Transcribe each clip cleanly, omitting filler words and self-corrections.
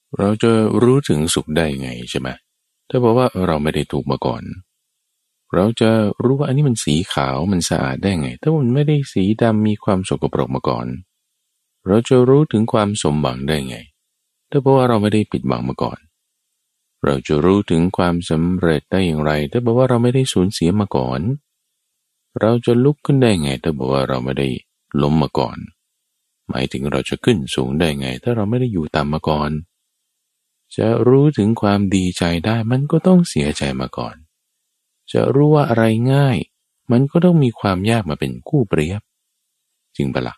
เราจะรู้ถึงสุขได้ไงใช่ไหมถ้าบอกว่าเราไม่ได้ถูกมาก่อนเราจะรู้ว่าอันนี้มันสีขาวมันสะอาดได้ไงถ้ามันไม่ได้สีดำมีความสกปรกมาก่อนเราจะรู้ถึงความสมหวังได้ไงถ้าบอกว่าเราไม่ได้ผิดหวังมาก่อนเราจะรู้ถึงความสำเร็จได้อย่างไรถ้าบอกว่าเราไม่ได้สูญเสียมาก่อนเราจะลุกขึ้นได้ไงถ้าบอกว่าเราไม่ได้ล้มมาก่อนหมายถึงเราจะขึ้นสูงได้ไงถ้าเราไม่ได้อยู่ต่ำมาก่อนจะรู้ถึงความดีใจได้มันก็ต้องเสียใจมาก่อนจะรู้ว่าอะไรง่ายมันก็ต้องมีความยากมาเป็นคู่เปรียบจริงปะละ่ะ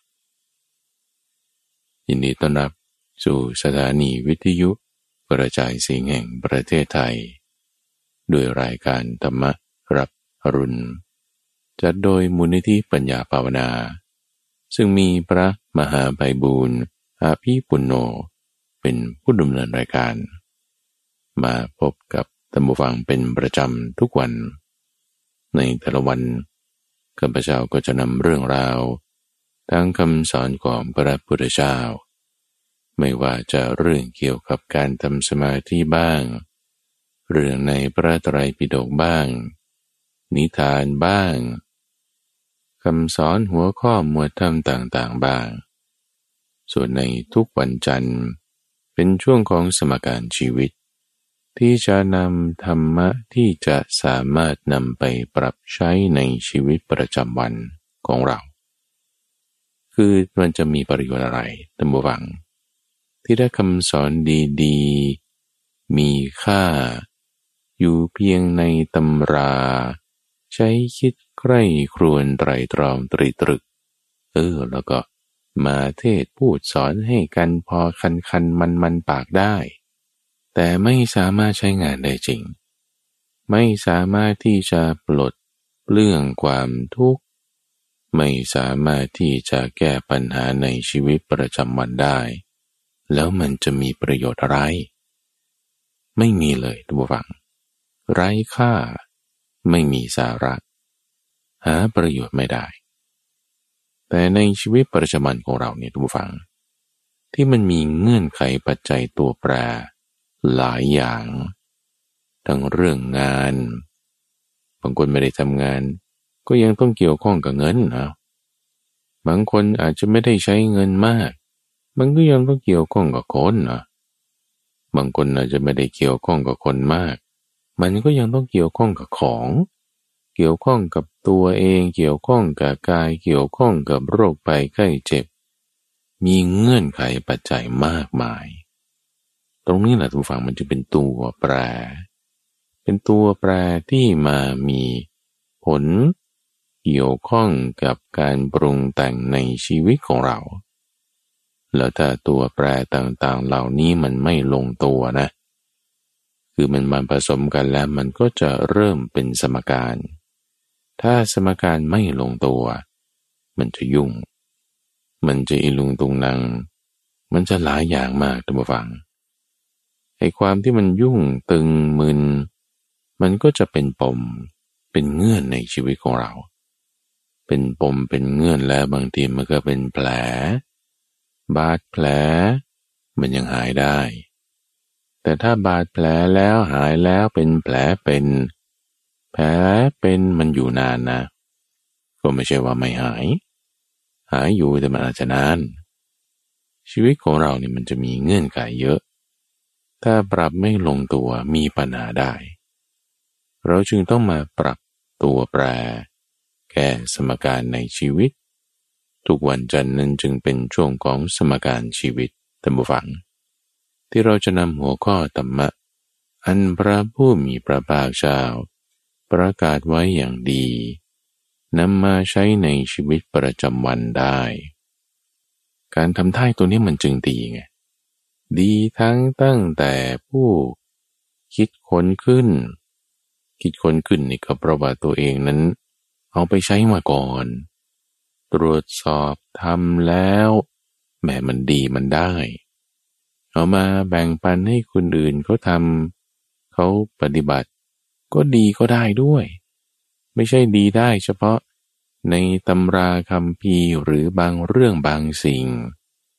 ยินดีต้อนรับสู่สถานีวิทยุกระจายเสียงแห่งประเทศไทยด้วยรายการธรรมรับอรุณจัดโดยมูลนิธิปัญญาภาวนาซึ่งมีพระมหาไพบูลย์อาภีปุณโญเป็นผู้ดำเนินรายการมาพบกับท่านผู้ฟังเป็นประจำทุกวันในแต่ละวันข้าพเจ้าก็จะนำเรื่องราวทั้งคำสอนของพระพุทธเจ้าไม่ว่าจะเรื่องเกี่ยวกับการทำสมาธิบ้างเรื่องในพระไตรปิฎกบ้างนิทานบ้างคำสอนหัวข้อหมวดธรรมต่างๆบ้างส่วนในทุกวันจันทร์เป็นช่วงของสมการชีวิตที่จะนำธรรมะที่จะสามารถนำไปปรับใช้ในชีวิตประจำวันของเราคือมันจะมีประโยชน์อะไรท่านผู้ฟังที่ได้คำสอนดีๆมีค่าอยู่เพียงในตำราใช้คิดใคร่ครวญไตรตรองตรีตรึกแล้วก็มาเทศพูดสอนให้กันพอคันมันปากได้แต่ไม่สามารถใช้งานได้จริงไม่สามารถที่จะปลดเปลื้องความทุกข์ไม่สามารถที่จะแก้ปัญหาในชีวิตประจำวันได้แล้วมันจะมีประโยชน์อะไรไม่มีเลยท่านผู้ฟังไร้ค่าไม่มีสาระหาประโยชน์ไม่ได้แต่ในชีวิตประจำวันของเราเนี่ยท่านผู้ฟังที่มันมีเงื่อนไขปัจจัยตัวแปรหลายอย่างทั้งเรื่องงานบางคนไม่ได้ทำงานก็ยังต้องเกี่ยวข้องกับเงินนะบางคนอาจจะไม่ได้ใช้เงินมากมันก็ยังต้องเกี่ยวข้องกับคนนะบางคนอาจจะไม่ได้เกี่ยวข้องกับคนมากมันก็ยังต้องเกี่ยวข้องกับของเกี่ยวข้องกับตัวเองเกี่ยวข้องกับกายเกี่ยวข้องกับโรคภัยไข้เจ็บมีเงื่อนไขปัจจัยมากมายตรงนี้แหละทุกฝั่งมันจะเป็นตัวแปรที่มามีผลเกี่ยวข้องกับการปรุงแต่งในชีวิตของเราแล้วถ้าตัวแปรต่างๆเหล่านี้มันไม่ลงตัวนะคือมันมาผสมกันแล้วมันก็จะเริ่มเป็นสมการถ้าสมการไม่ลงตัวมันจะยุ่งมันจะอิลุงตุงนังมันจะหลายอย่างมากท่านผู้ฟังไอ้ความที่มันยุ่งตึงมึนมันก็จะเป็นปมเป็นเงื่อนในชีวิตของเราเป็นปมเป็นเงื่อนแล้วบางทีมันก็เป็นแผลบาดแผลมันยังหายได้แต่ถ้าบาดแผลแล้วหายแล้วเป็นแผลเป็นมันอยู่นานนะก็ไม่ใช่ว่าไม่หายอยู่แต่มันอาจจะนานชีวิตของเราเนี่ยมันจะมีเงื่อนไขเยอะถ้าปรับไม่ลงตัวมีปัญหาได้เราจึงต้องมาปรับตัวแปรแก้สมการในชีวิตทุกวันจันทร์นั้นจึงเป็นช่วงของสมการชีวิตท่านผู้ฟังที่เราจะนำหัวข้อธรรมะอันพระผู้มีพระภาคเจ้าประกาศไว้อย่างดีนำมาใช้ในชีวิตประจำวันได้การทำท่าตัวนี้มันจึงดีไงดีทั้งตั้งแต่ผู้คิดค้นขึ้นนี่ก็เพราะว่าตัวเองนั้นเอาไปใช้มาก่อนตรวจสอบทำแล้วแม้มันดีมันได้เอามาแบ่งปันให้คนอื่นเขาทำเขาปฏิบัติก็ดีก็ได้ด้วยไม่ใช่ดีได้เฉพาะในตำราคัมภีร์หรือบางเรื่องบางสิ่งแ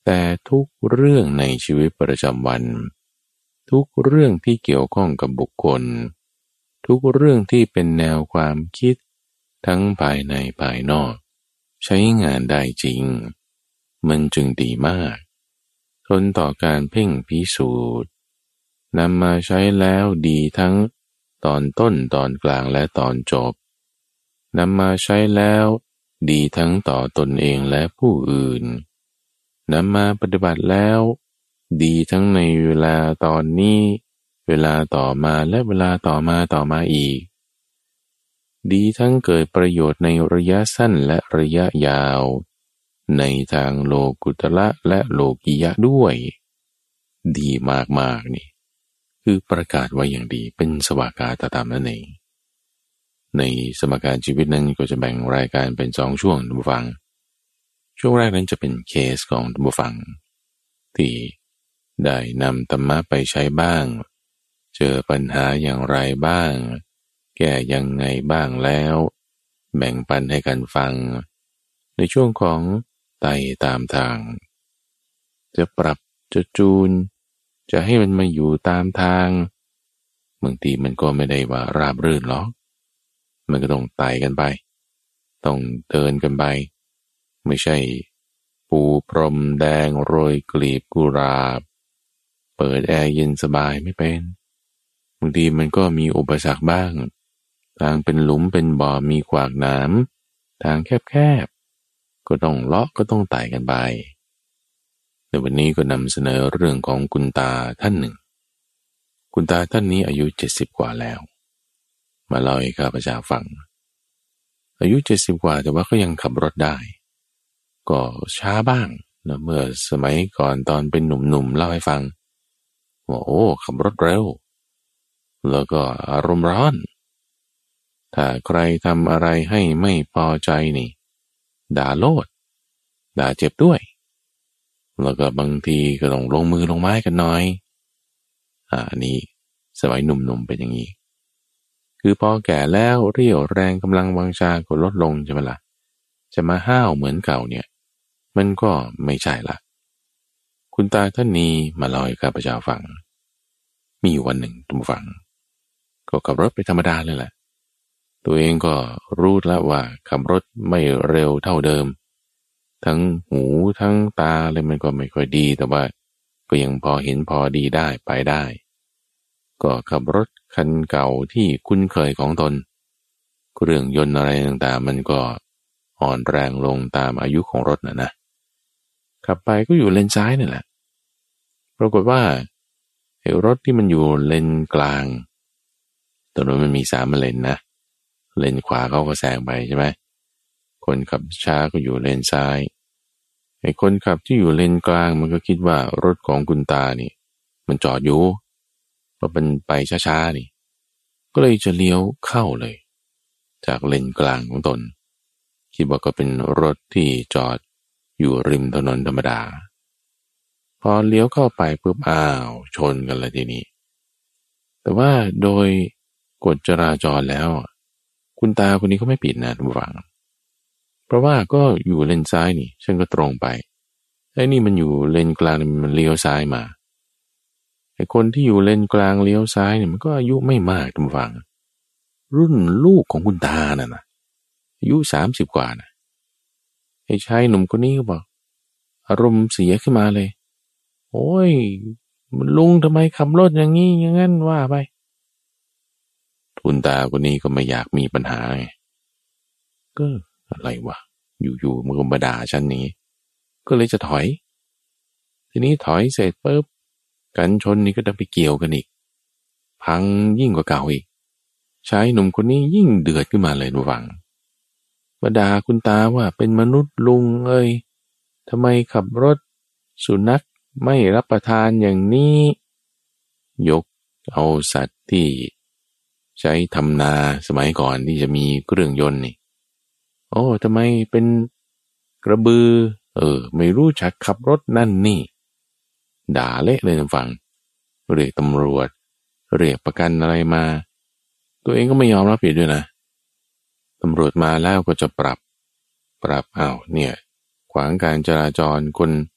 แต่ทุกเรื่องในชีวิตประจำวันทุกเรื่องที่เกี่ยวข้องกับบุคคลทุกเรื่องที่เป็นแนวความคิดทั้งภายในภายนอกใช้งานได้จริงมันจึงดีมากทนต่อการเพ่งพิสูจน์นำมาใช้แล้วดีทั้งตอนต้นตอนกลางและตอนจบนำมาใช้แล้วดีทั้งต่อตนเองและผู้อื่นนำมาปฏิบัติแล้วดีทั้งในเวลาตอนนี้เวลาต่อมาและเวลาต่อมาอีกดีทั้งเกิดประโยชน์ในระยะสั้นและระยะยาวในทางโลกุตระและโลกิยะด้วยดีมากๆนี่คือประกาศไว้อย่างดีเป็นสวากาตธรรมนั่นเองในสมการชีวิตนั้นก็จะแบ่งรายการเป็น2ช่วงท่านผู้ฟังช่วงแรกนั้นจะเป็นเคสของท่านผู้ฟังที่ได้นำธรรมะไปใช้บ้างเจอปัญหาอย่างไรบ้างแก้ยังไงบ้างแล้วแบ่งปันให้กันฟังในช่วงของไต่ตามทางจะปรับจะจูนจะให้มันมาอยู่ตามทางบางทีมันก็ไม่ได้ว่าราบรื่นหรอกมันก็ต้องไต่กันไปต้องเดินกันไปไม่ใช่ปูพรมแดงโรยกลีบกุหลาบเปิดแอร์เย็นสบายไม่เป็นบางทีมันก็มีอุปสรรคบ้างทางเป็นหลุมเป็นบ่อมีขวากหนามทางแคบๆก็ต้องเลาะก็ต้องไต่กันไปในวันนี้ก็นำเสนอเรื่องของคุณตาท่านหนึ่งคุณตาท่านนี้อายุ70กว่าแล้วมาเล่าให้ข้าพเจ้าฟังอายุ70กว่าแต่ว่าก็ยังขับรถได้ก็ช้าบ้างนะเมื่อสมัยก่อนตอนเป็นหนุ่มๆเล่าให้ฟังว่าโอ้ขับรถเร็วแล้วก็อารมณ์ร้อนถ้าใครทำอะไรให้ไม่พอใจนี่ด่าโลดด่าเจ็บด้วยแล้วก็บางทีก็ต้องลงมือลงไม้กันหน่อยอันนี้สมัยหนุ่มๆเป็นอย่างนี้คือพอแก่แล้วเรี่ยวแรงกำลังวังชาก็ลดลงใช่ไหมล่ะจะมาห้าวเหมือนเก่าเนี่ยมันก็ไม่ใช่ละคุณตาท่านนี้มาเล่าให้ข้าพเจ้าฟังมีอยู่วันหนึ่งท่านผู้ฟังก็ขับรถไปธรรมดาเลยแหละตัวเองก็รู้แล้วว่าขับรถไม่เร็วเท่าเดิมทั้งหูทั้งตาเลยมันก็ไม่ค่อยดีแต่ว่าก็ยังพอเห็นพอดีได้ไปได้ก็ขับรถคันเก่าที่คุ้นเคยของตนเครื่องยนต์อะไรต่างๆมันก็อ่อนแรงลงตามอายุของรถนะขับไปก็อยู่เลนซ้ายนี่แหละปรากฏว่าไอ้รถที่มันอยู่เลนกลางถนนมันมี3เลนนะเลนขวาเขาก็แซงไปใช่ไหมคนขับช้าก็อยู่เลนซ้ายไอ้คนขับที่อยู่เลนกลางมันก็คิดว่ารถของคุณตานี่มันจอดอยู่เพราะมันไปช้าๆนี่ก็เลยจะเลี้ยวเข้าเลยจากเลนกลางของตนคิดว่าก็เป็นรถที่จอดอยู่ริมถนนธรรมดาพอเลี้ยวเข้าไปปุ๊บอ้าวชนกันเลยทีนี้แต่ว่าโดยกฎจราจรแล้วคุณตาคนนี้ก็ไม่ผิดนะทุกฝั่งเพราะว่าก็อยู่เลนซ้ายนี่ฉันก็ตรงไปไอ้นี่มันอยู่เลนกลางมันเลี้ยวซ้ายมาไอ้คนที่อยู่เลนกลางเลี้ยวซ้ายเนี่ยมันก็อายุไม่มากทุกฝั่งรุ่นลูกของคุณตาน่ะนะอายุ30กว่านะไอ้ชายหนุ่มคนนี้ก็บอกอารมณ์เสียขึ้นมาเลยโอ้ยลุงทำไมขับรถอย่างนี้อย่างนั้นว่าไปคุณตาคนนี้ก็ไม่อยากมีปัญหาไงก็อะไรวะอยู่ๆมันก็มาด่าฉันนี้ก็เลยจะถอยทีนี้ถอยเสร็จปุ๊บกันชนนี่ก็จะไปเกี่ยวกันอีกพังยิ่งกว่าเก่าอีกชายหนุ่มคนนี้ยิ่งเดือดขึ้นมาเลยระวังมาด่าคุณตาว่าเป็นมนุษย์ลุงเอ้ยทำไมขับรถสุนัขไม่รับประทานอย่างนี้ยกเอาสัตว์ที่ใช้ทำนาสมัยก่อนที่จะมีเครื่องยนต์นี่โอ้ทำไมเป็นกระบือไม่รู้จักขับรถนั่นนี่ด่าเละเลยท่านฟังเรียกตำรวจเรียกประกันอะไรมาตัวเองก็ไม่ยอมรับผิดด้วยนะตำรวจมาแล้วก็จะปรับอ้าวเนี่ยขวางการจราจรคน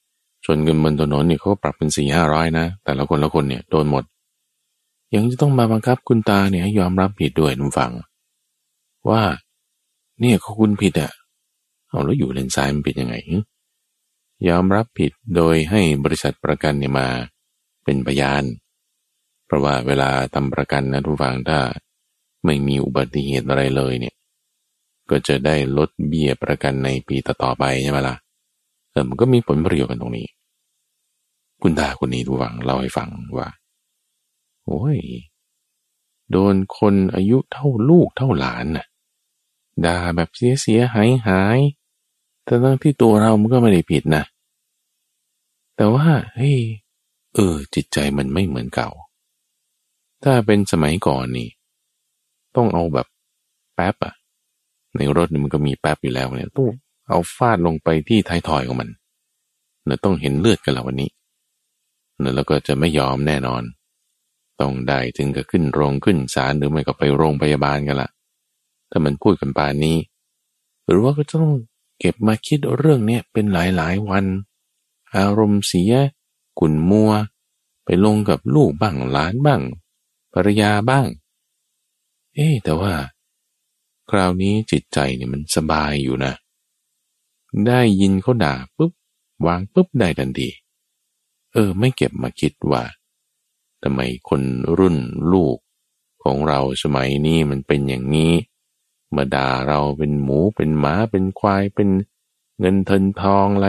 ชนกันบนถนนเนี่ยเขาก็ปรับเป็น400-500นะแต่ละคนละคนเนี่ยโดนหมดยังจะต้องมาบังคับคุณตาเนี่ยให้ยอมรับผิดด้วยทุกฝั่งว่าเนี่ยเขาคุณผิดอ่ะเอาแล้วอยู่เลนซ้ายมันผิดยังไงยอมรับผิดโดยให้บริษัทประกันเนี่ยมาเป็นพยานเพราะว่าเวลาทำประกันนะทุกฝั่งถ้าไม่มีอุบัติเหตุอะไรเลยเนี่ยก็จะได้ลดเบี้ยประกันในปีต่อๆไปใช่ไหมล่ะมันก็มีผลประโยชน์กันตรงนี้คุณตาคนนี้ทุกฝั่งเล่าให้ฟังว่าโอ้ยโดนคนอายุเท่าลูกเท่าหลานน่ะด่าแบบเสียหายทั้งที่ตัวเรามันก็ไม่ได้ผิดนะแต่ว่าเฮ้ยจิตใจมันไม่เหมือนเก่าถ้าเป็นสมัยก่อนนี่ต้องเอาแบบแป๊บอะในรถนี่มันก็มีแป๊บอยู่แล้วเนี่ยต้องเอาฟาดลงไปที่ท้ายทอยของมันเนี่ยต้องเห็นเลือดกันแล้ววันนี้เนี่ยแล้วก็จะไม่ยอมแน่นอนต้องได้ถึงกับขึ้นโรงขึ้นศาลหรือไม่ก็ไปโรงพยาบาลกันละถ้ามันพูดกันป่านนี้หรือว่าก็ต้องเก็บมาคิดเรื่องนี้เป็นหลายวันอารมณ์เสียขุ่นมัวไปลงกับลูกบ้างหลานบ้างภรรยาบ้างแต่ว่าคราวนี้จิตใจเนี่ยมันสบายอยู่นะได้ยินเขาด่าปุ๊บวางปุ๊บได้ทันทีไม่เก็บมาคิดว่าทำไมคนรุ่นลูกของเราสมัยนี้มันเป็นอย่างนี้มาด่าเราเป็นหมูเป็นหมาเป็นควายเป็นเงินเทินทองอะไร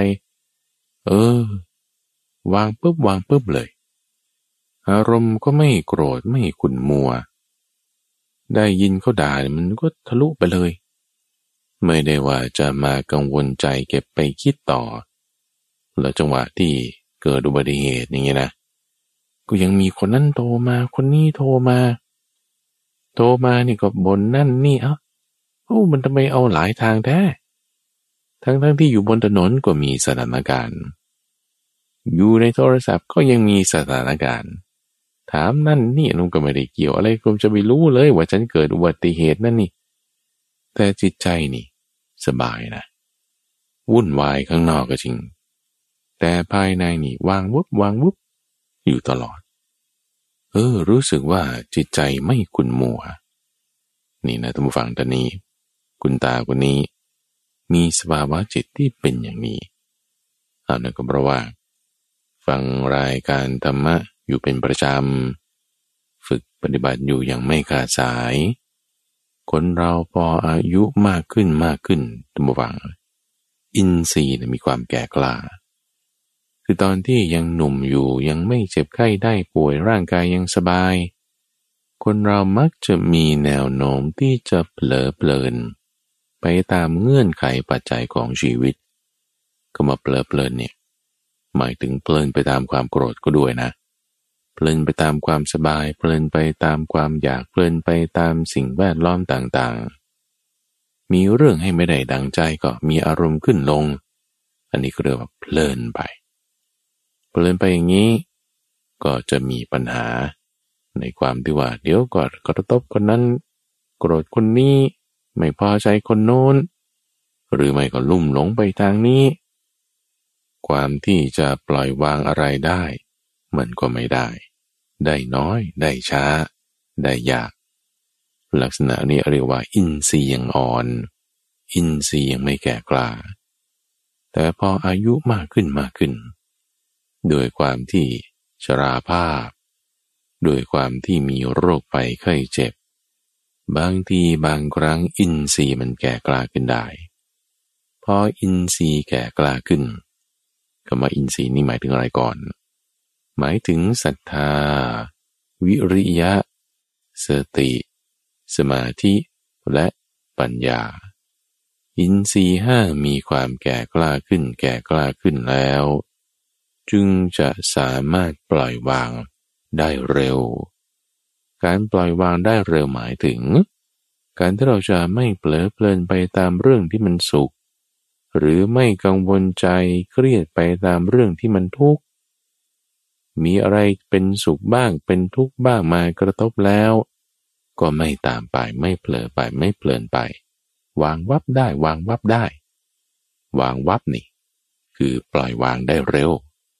วางปุ๊บเลยอารมณ์ก็ไม่โกรธไม่ขุ่นมัวได้ยินเขาด่ามันก็ทะลุไปเลยไม่ได้ว่าจะมากังวลใจเก็บไปคิดต่อแล้วจังหวะที่เกิดอุบัติเหตุอย่างเงี้ยนะก็ยังมีคนนั้นโทรมาคนนี้โทรมานี่ก็บ่นนั่นนี่มันทำไมเอาหลายทางแท้ทั้งที่อยู่บนถนนก็มีสถานการณ์อยู่ในโทรศัพท์ก็ยังมีสถานการณ์ถามนั่นนี่นุ่มก็ไม่ได้เกี่ยวอะไรผมจะไปรู้เลยว่าฉันเกิดอุบัติเหตุนั่นนี่แต่จิตใจนี่สบายนะวุ่นวายข้างนอกก็จริงแต่ภายในนี่วางวุบอยู่ตลอดรู้สึกว่าจิตใจไม่ขุ่นมัวนี่นะท่านผู้ฟังท่านนี้คุณตาคนนี้มีสภาวะจิตที่เป็นอย่างนี้นั่นก็เพราะว่าฟังรายการธรรมะอยู่เป็นประจำฝึกปฏิบัติอยู่อย่างไม่ขาดสายคนเราพออายุมากขึ้นท่านผู้ฟังอินทรีย์มีความแก่กล้าคือตอนที่ยังหนุ่มอยู่ยังไม่เจ็บไข้ได้ป่วยร่างกายยังสบายคนเรามักจะมีแนวโน้มที่จะเผลอเพลินไปตามเงื่อนไขปัจจัยของชีวิตก็มาเผลอเพลินเนี่ยหมายถึงเพลินไปตามความโกรธก็ด้วยนะเพลินไปตามความสบายเพลินไปตามความอยากเพลินไปตามสิ่งแวดล้อมต่างๆมีเรื่องให้ไม่ได้ดังใจก็มีอารมณ์ขึ้นลงอันนี้ก็เรียกว่าเพลินไปอย่างนี้ก็จะมีปัญหาในความที่ว่าเดี๋ยวก็กระทบคนนั้นโกรธคนนี้ไม่พอใจคนโน้นหรือไม่ก็ลุ่มหลงไปทางนี้ความที่จะปล่อยวางอะไรได้มันก็ไม่ได้น้อยได้ช้าได้ยากลักษณะนี้เรียกว่าอินทรีย์ยังอ่อนอินทรีย์ยังไม่แก่กล้าแต่พออายุมากขึ้นโดยความที่ชราภาพโดยความที่มีโรคภัยไข้เจ็บบางทีบางครั้งอินทรีย์มันแก่กล้าขึ้นได้พออินทรีย์แก่กล้าขึ้นคำว่าอินทรีย์นี่หมายถึงอะไรก่อนหมายถึงศรัทธาวิริยะสติสมาธิและปัญญาอินทรีย์ห้ามีความแก่กล้าขึ้นแล้วจึงจะสามารถปล่อยวางได้เร็วการปล่อยวางได้เร็วหมายถึงการที่เราจะไม่เผลอเพลินไปตามเรื่องที่มันสุขหรือไม่กังวลใจเครียดไปตามเรื่องที่มันทุกข์มีอะไรเป็นสุขบ้างเป็นทุกข์บ้างมากระทบแล้วก็ไม่ตามไปไม่เผลอไปไม่เพลินไปวางวับได้วางวับนี่คือปล่อยวางได้เร็ว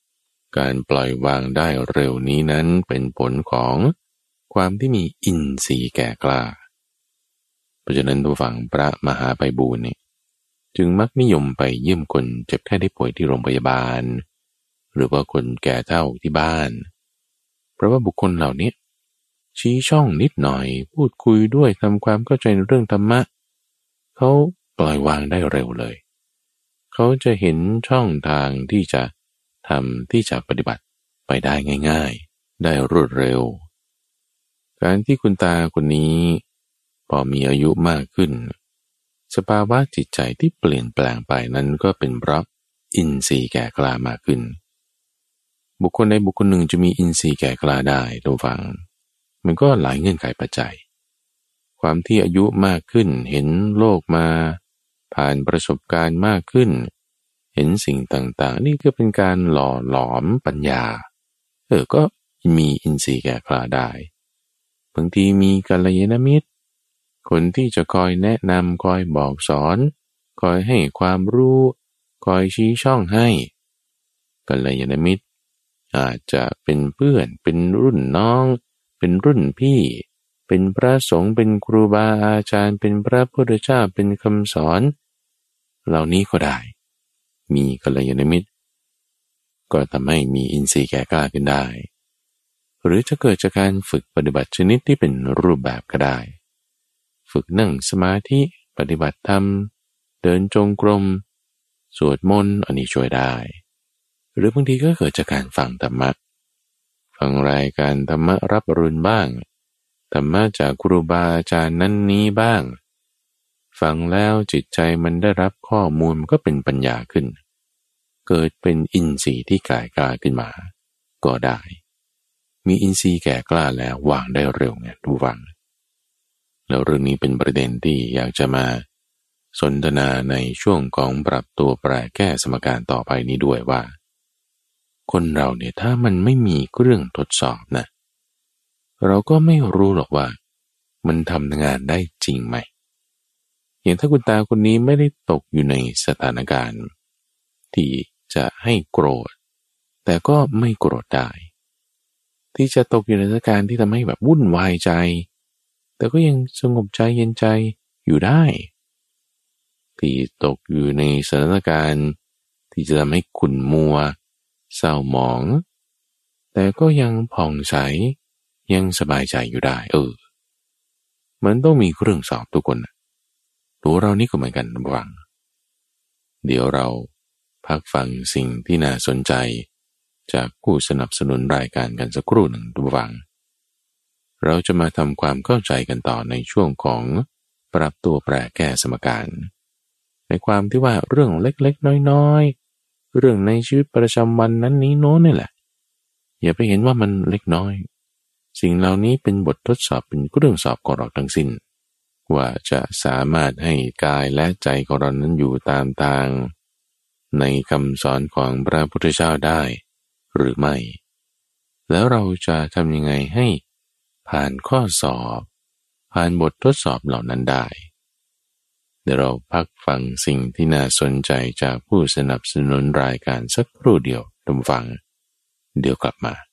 การปล่อยวางได้เร็วนี้นั้นเป็นผลของความที่มีอินทรีย์แก่กล้าเพราะฉะนั้นตัวฝั่งพระมหาไพบูลย์เนี่ยจึงมักนิยมไปเยี่ยมคนเจ็บไข้ได้ป่วยที่โรงพยาบาลหรือว่าคนแก่เฒ่าที่บ้านเพราะว่าบุคคลเหล่านี้ชี้ช่องนิดหน่อยพูดคุยด้วยทำความเข้าใจในเรื่องธรรมะเขาปล่อยวางได้เร็วเลยเขาจะเห็นช่องทางที่จะทำที่จะปฏิบัติไปได้ง่ายๆได้รวดเร็วการที่คุณตาคนนี้พอมีอายุมากขึ้นสภาวะจิตใจที่เปลี่ยนแปลงไปนั้นก็เป็นเพราะอินทรีย์แก่กล้ามากขึ้นบุคคลใดบุคคลหนึ่งจะมีอินทรีย์แก่กล้าได้ทุกฝังมันก็หลายเงื่อนไขปัจจัยความที่อายุมากขึ้นเห็นโลกมาผ่านประสบการณ์มากขึ้นเห็นสิ่งต่างๆนี่ก็เป็นการหล่อหลอมปัญญาก็มีอินทรีย์แก่กล้าได้บางทีมีกัลยาณมิตรคนที่จะคอยแนะนำคอยบอกสอนคอยให้ความรู้คอยชี้ช่องให้กัลยาณมิตรอาจจะเป็นเพื่อนเป็นรุ่นน้องเป็นรุ่นพี่เป็นพระสงฆ์เป็นครูบาอาจารย์เป็นพระพุทธเจ้าเป็นคำสอนเหล่านี้ก็ได้มีกัลยาณมิตรก็ทำให้มีอินทรีย์แก่กล้าขึ้นได้หรือจะเกิดจากการฝึกปฏิบัติชนิดที่เป็นรูปแบบก็ได้ฝึกนั่งสมาธิปฏิบัติธรรมเดินจงกรมสวดมนต์อันนี้ช่วยได้หรือบางทีก็เกิดจากการฟังธรรมะฟังรายการธรรมะรับอรุณบ้างธรรมะจากครูบาอาจารย์นั้นนี้บ้างฟังแล้วจิตใจมันได้รับข้อมูลมันก็เป็นปัญญาขึ้นเกิดเป็นอินทรีย์ที่แก่กล้าขึ้นมาก็ได้มีอินทรีย์แก่กล้าแล้ววางได้เร็วไงทุกฝังแล้วเรื่องนี้เป็นประเด็นที่อยากจะมาสนทนาในช่วงของปรับตัวแปรแก้สมการต่อไปนี้ด้วยว่าคนเราเนี่ยถ้ามันไม่มีเครื่องทดสอบนะเราก็ไม่รู้หรอกว่ามันทำงานได้จริงไหมอย่างถ้าคุณตาคนนี้ไม่ได้ตกอยู่ในสถานการณ์ที่จะให้โกรธแต่ก็ไม่โกรธได้ที่จะตกอยู่ในสถานการณ์ที่ทำให้แบบวุ่นวายใจแต่ก็ยังสงบใจเย็นใจอยู่ได้ที่ตกอยู่ในสถานการณ์ที่จะทำให้ขุ่นมัวเศร้าหมองแต่ก็ยังผ่องใสยังสบายใจอยู่ได้มันต้องมีเครื่องสอบทุกคนตัวเรานี่ก็เหมือนกันระวังเดี๋ยวเราพักฟังสิ่งที่น่าสนใจจากผู้สนับสนุนรายการกันสักครู่หนึ่งระวังเราจะมาทำความเข้าใจกันต่อในช่วงของปรับตัวแปรแก้สมการในความที่ว่าเรื่องเล็กๆน้อยๆเรื่องในชีวิตประจำวันนั้นนี้โน้นนี่แหละอย่าไปเห็นว่ามันเล็กน้อยสิ่งเหล่านี้เป็นบททดสอบเป็นเครื่องสอบของเราทั้งสิ้นว่าจะสามารถให้กายและใจของเรานั้นอยู่ตามทางในคำสอนของพระพุทธเจ้าได้หรือไม่แล้วเราจะทำยังไงให้ผ่านข้อสอบผ่านบททดสอบเหล่านั้นได้เดี๋ยวเราพักฟังสิ่งที่น่าสนใจจากผู้สนับสนุนรายการสักครู่เดียวท่านฟังเดี๋ยวกลับมา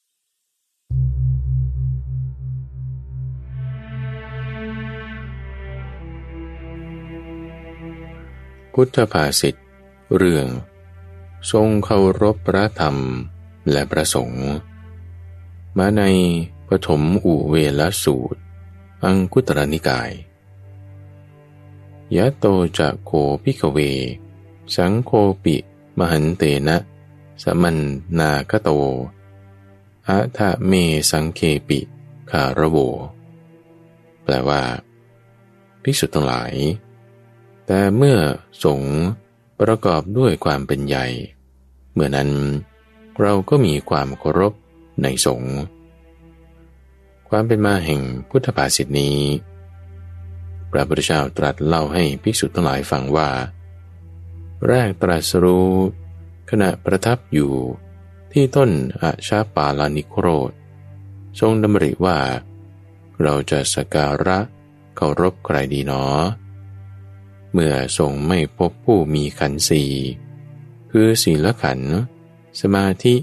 พุทธภาษิตเรื่องทรงเคารพพระธรรมและพระสงฆ์มาในปฐมอุเวลสูตรอังคุตรนิกายยะโตจะโคภิกขเวสังโฆปิมหันเตนะสมันนาคโตอะทะเมสังเคปิคารโวแปลว่าภิกษุทั้งหลายแต่เมื่อสงฆ์ประกอบด้วยความเป็นใหญ่เมื่อนั้นเราก็มีความเคารพในสงฆ์ความเป็นมาแห่งพุทธภาษิตนี้พระพุทธเจ้าตรัสเล่าให้ภิกษุทั้งหลายฟังว่าแรกตรัสรู้ขณะประทับอยู่ที่ต้นอาชาปาลานิโครธทรงดำริว่าเราจะสักการะเคารพใครดีหนอเมื่อทรงไม่พบผู้มีขันธ์สี่คือศีลขันธ์สมาธิ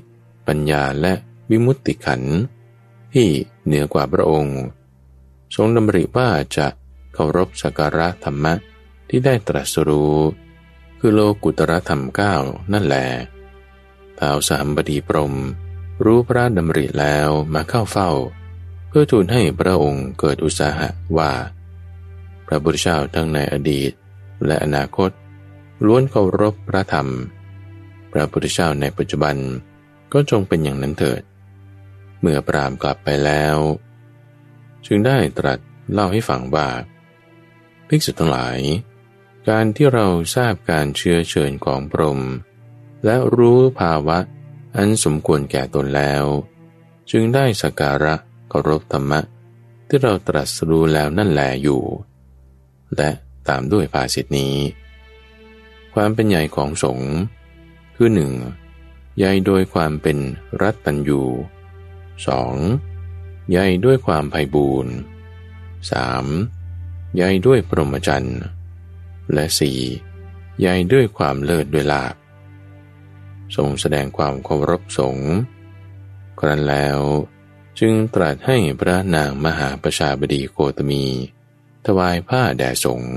ปัญญาและวิมุตติขันธ์ที่เหนือกว่าพระองค์ทรงดำริว่าจะเคารพสักการะธรรมะที่ได้ตรัสรู้คือโลกุตรธรรม9นั่นแลท้าวสามบดีพรหมรู้พระดำริแล้วมาเข้าเฝ้าเพื่อทูลให้พระองค์เกิดอุตสาหะว่าพระพุทธเจ้าทั้งในอดีตและอนาคตล้วนเคารพพระธรรมพระพุทธเจ้าในปัจจุบันก็จงเป็นอย่างนั้นเถิดเมื่อพราหมณ์กลับไปแล้วจึงได้ตรัสเล่าให้ฟังว่าภิกษุทั้งหลายการที่เราทราบการเชื้อเชิญของพรหมและรู้ภาวะอันสมควรแก่ตนแล้วจึงได้สักการะเคารพธรรมะที่เราตรัสรู้แล้วนั่นแลอยู่และตามด้วยภาษิตนี้ความเป็นใหญ่ของสงฆ์คือหนึ่งใหญ่โดยความเป็นรัตตัญญู 2. ใหญ่ด้วยความไพบูลย์ 3. ใหญ่ด้วยพรหมจรรย์และ 4. ใหญ่ด้วยความเลิศด้วยลาภทรงแสดงความเคารพสงฆ์ครั้นแล้วจึงตรัสให้พระนางมหาประชาบดีโคตมีถวายผ้าแด่สงฆ์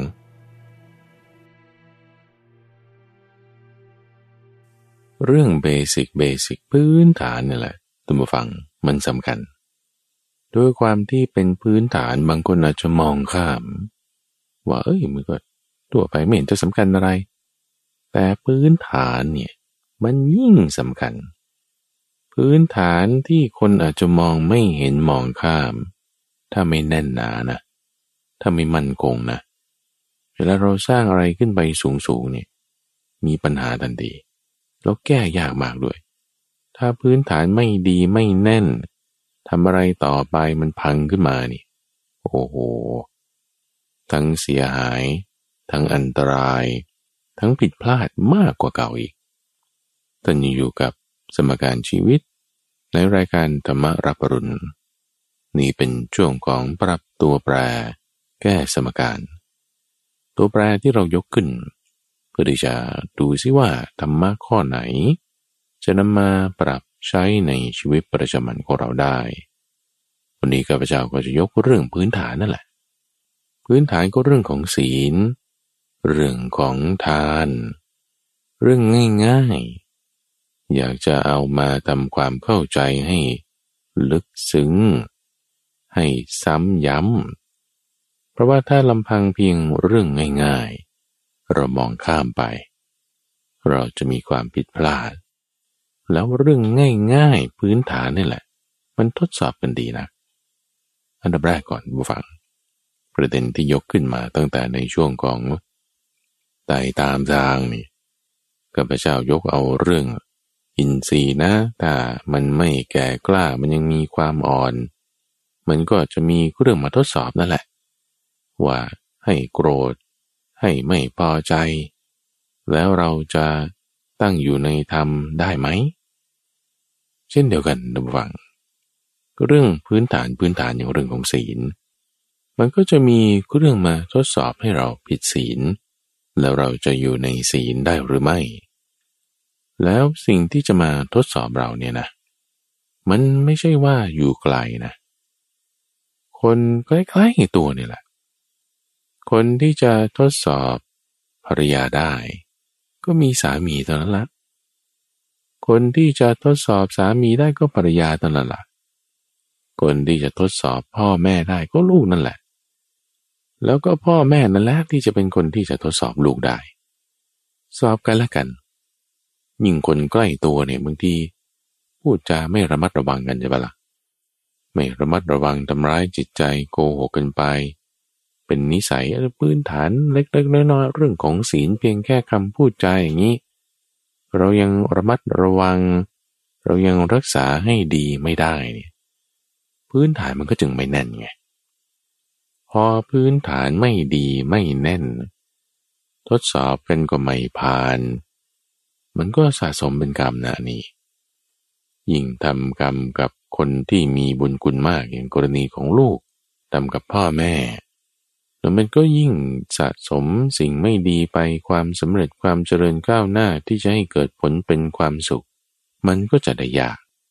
เรื่องเบสิกพื้นฐานนี่แหละท่านผู้ฟังมันสำคัญด้วยความที่เป็นพื้นฐานบางคนอาจจะมองข้ามว่ามันก็ตัวไปไม่เห็นจะสำคัญอะไรแต่พื้นฐานเนี่ยมันยิ่งสำคัญพื้นฐานที่คนอาจจะมองไม่เห็นมองข้ามถ้าไม่แน่นหนานะถ้าไม่มั่นคงนะเวลาเราสร้างอะไรขึ้นไปสูงเนี่ยมีปัญหาทันทีแล้วแก้ยากมากด้วยถ้าพื้นฐานไม่ดีไม่แน่นทำอะไรต่อไปมันพังขึ้นมานี่โอ้โหทั้งเสียหายทั้งอันตรายทั้งผิดพลาดมากกว่าเก่าอีกตอนนี้อยู่กับสมการชีวิตในรายการธรรมรับอรุณนี่เป็นช่วงของปรับตัวแปรแก้สมการตัวแปรที่เรายกขึ้นเพื่อที่จะดูซิว่าธรรมะข้อไหนจะนำมาปรับใช้ในชีวิตประจำวันของเราได้วันนี้ข้าพเจ้าก็จะยกเรื่องพื้นฐานนั่นแหละพื้นฐานก็เรื่องของศีลเรื่องของทานเรื่องง่ายๆอยากจะเอามาทำความเข้าใจให้ลึกซึ้งให้ซ้ำย้ำเพราะว่าถ้าลำพังเพียงเรื่องง่ายๆเรามองข้ามไปเราจะมีความผิดพลาดแล้วเรื่องง่ายๆพื้นฐานนี่แหละมันทดสอบกันดีนะอันดับแรกก่อนผู้ฟังประเด็นที่ยกขึ้นมาตั้งแต่ในช่วงของไต่ตามทางนี่ข้าพเจ้ายกเอาเรื่องอินทรีย์นะถ้ามันไม่แก่กล้ามันยังมีความอ่อนมันก็จะมีเรื่องมาทดสอบนั่นแหละว่าให้โกรธให้ไม่พอใจแล้วเราจะตั้งอยู่ในธรรมได้ไหมเช่นเดียวกันระวังเรื่องพื้นฐานอย่างเรื่องของศีลมันก็จะมีเรื่องมาทดสอบให้เราผิดศีลแล้วเราจะอยู่ในศีลได้หรือไม่แล้วสิ่งที่จะมาทดสอบเราเนี่ยนะมันไม่ใช่ว่าอยู่ไกลนะคนใกล้ๆตัวนี่แหละคนที่จะทดสอบภรรยาได้ก็มีสามีเท่านั้นละคนที่จะทดสอบสามีได้ก็ภรรยาเท่านั้นละคนที่จะทดสอบพ่อแม่ได้ก็ลูกนั่นแหละแล้วก็พ่อแม่นั่นแหละที่จะเป็นคนที่จะทดสอบลูกได้สอบกันละกันยิ่งคนใกล้ตัวเนี่ยบางทีพูดจาไม่ระมัดระวังกันใช่ปะล่ะไม่ระมัดระวังทำร้ายจิตใจโกหกกันไปเป็นนิสัยพื้นฐานเล็กๆน้อยๆเรื่องของศีลเพียงแค่คำพูดจาอย่างนี้เรายังระมัดระวังเรายังรักษาให้ดีไม่ได้เนี่ยพื้นฐานมันก็จึงไม่แน่นไงพอพื้นฐานไม่ดีไม่แน่นทดสอบกันก็ไม่ผ่านมันก็สะสมเป็นกรรมนะนี่ยิ่งทำกรรมกับคนที่มีบุญคุณมากอย่างกรณีของลูกทำกับพ่อแม่แล้วมันก็ยิ่งสะสมสิ่งไม่ดีไปความสำเร็จความเจริญก้าวหน้าที่จะให้เกิดผลเป็นความสุขมันก็จะได้ยาก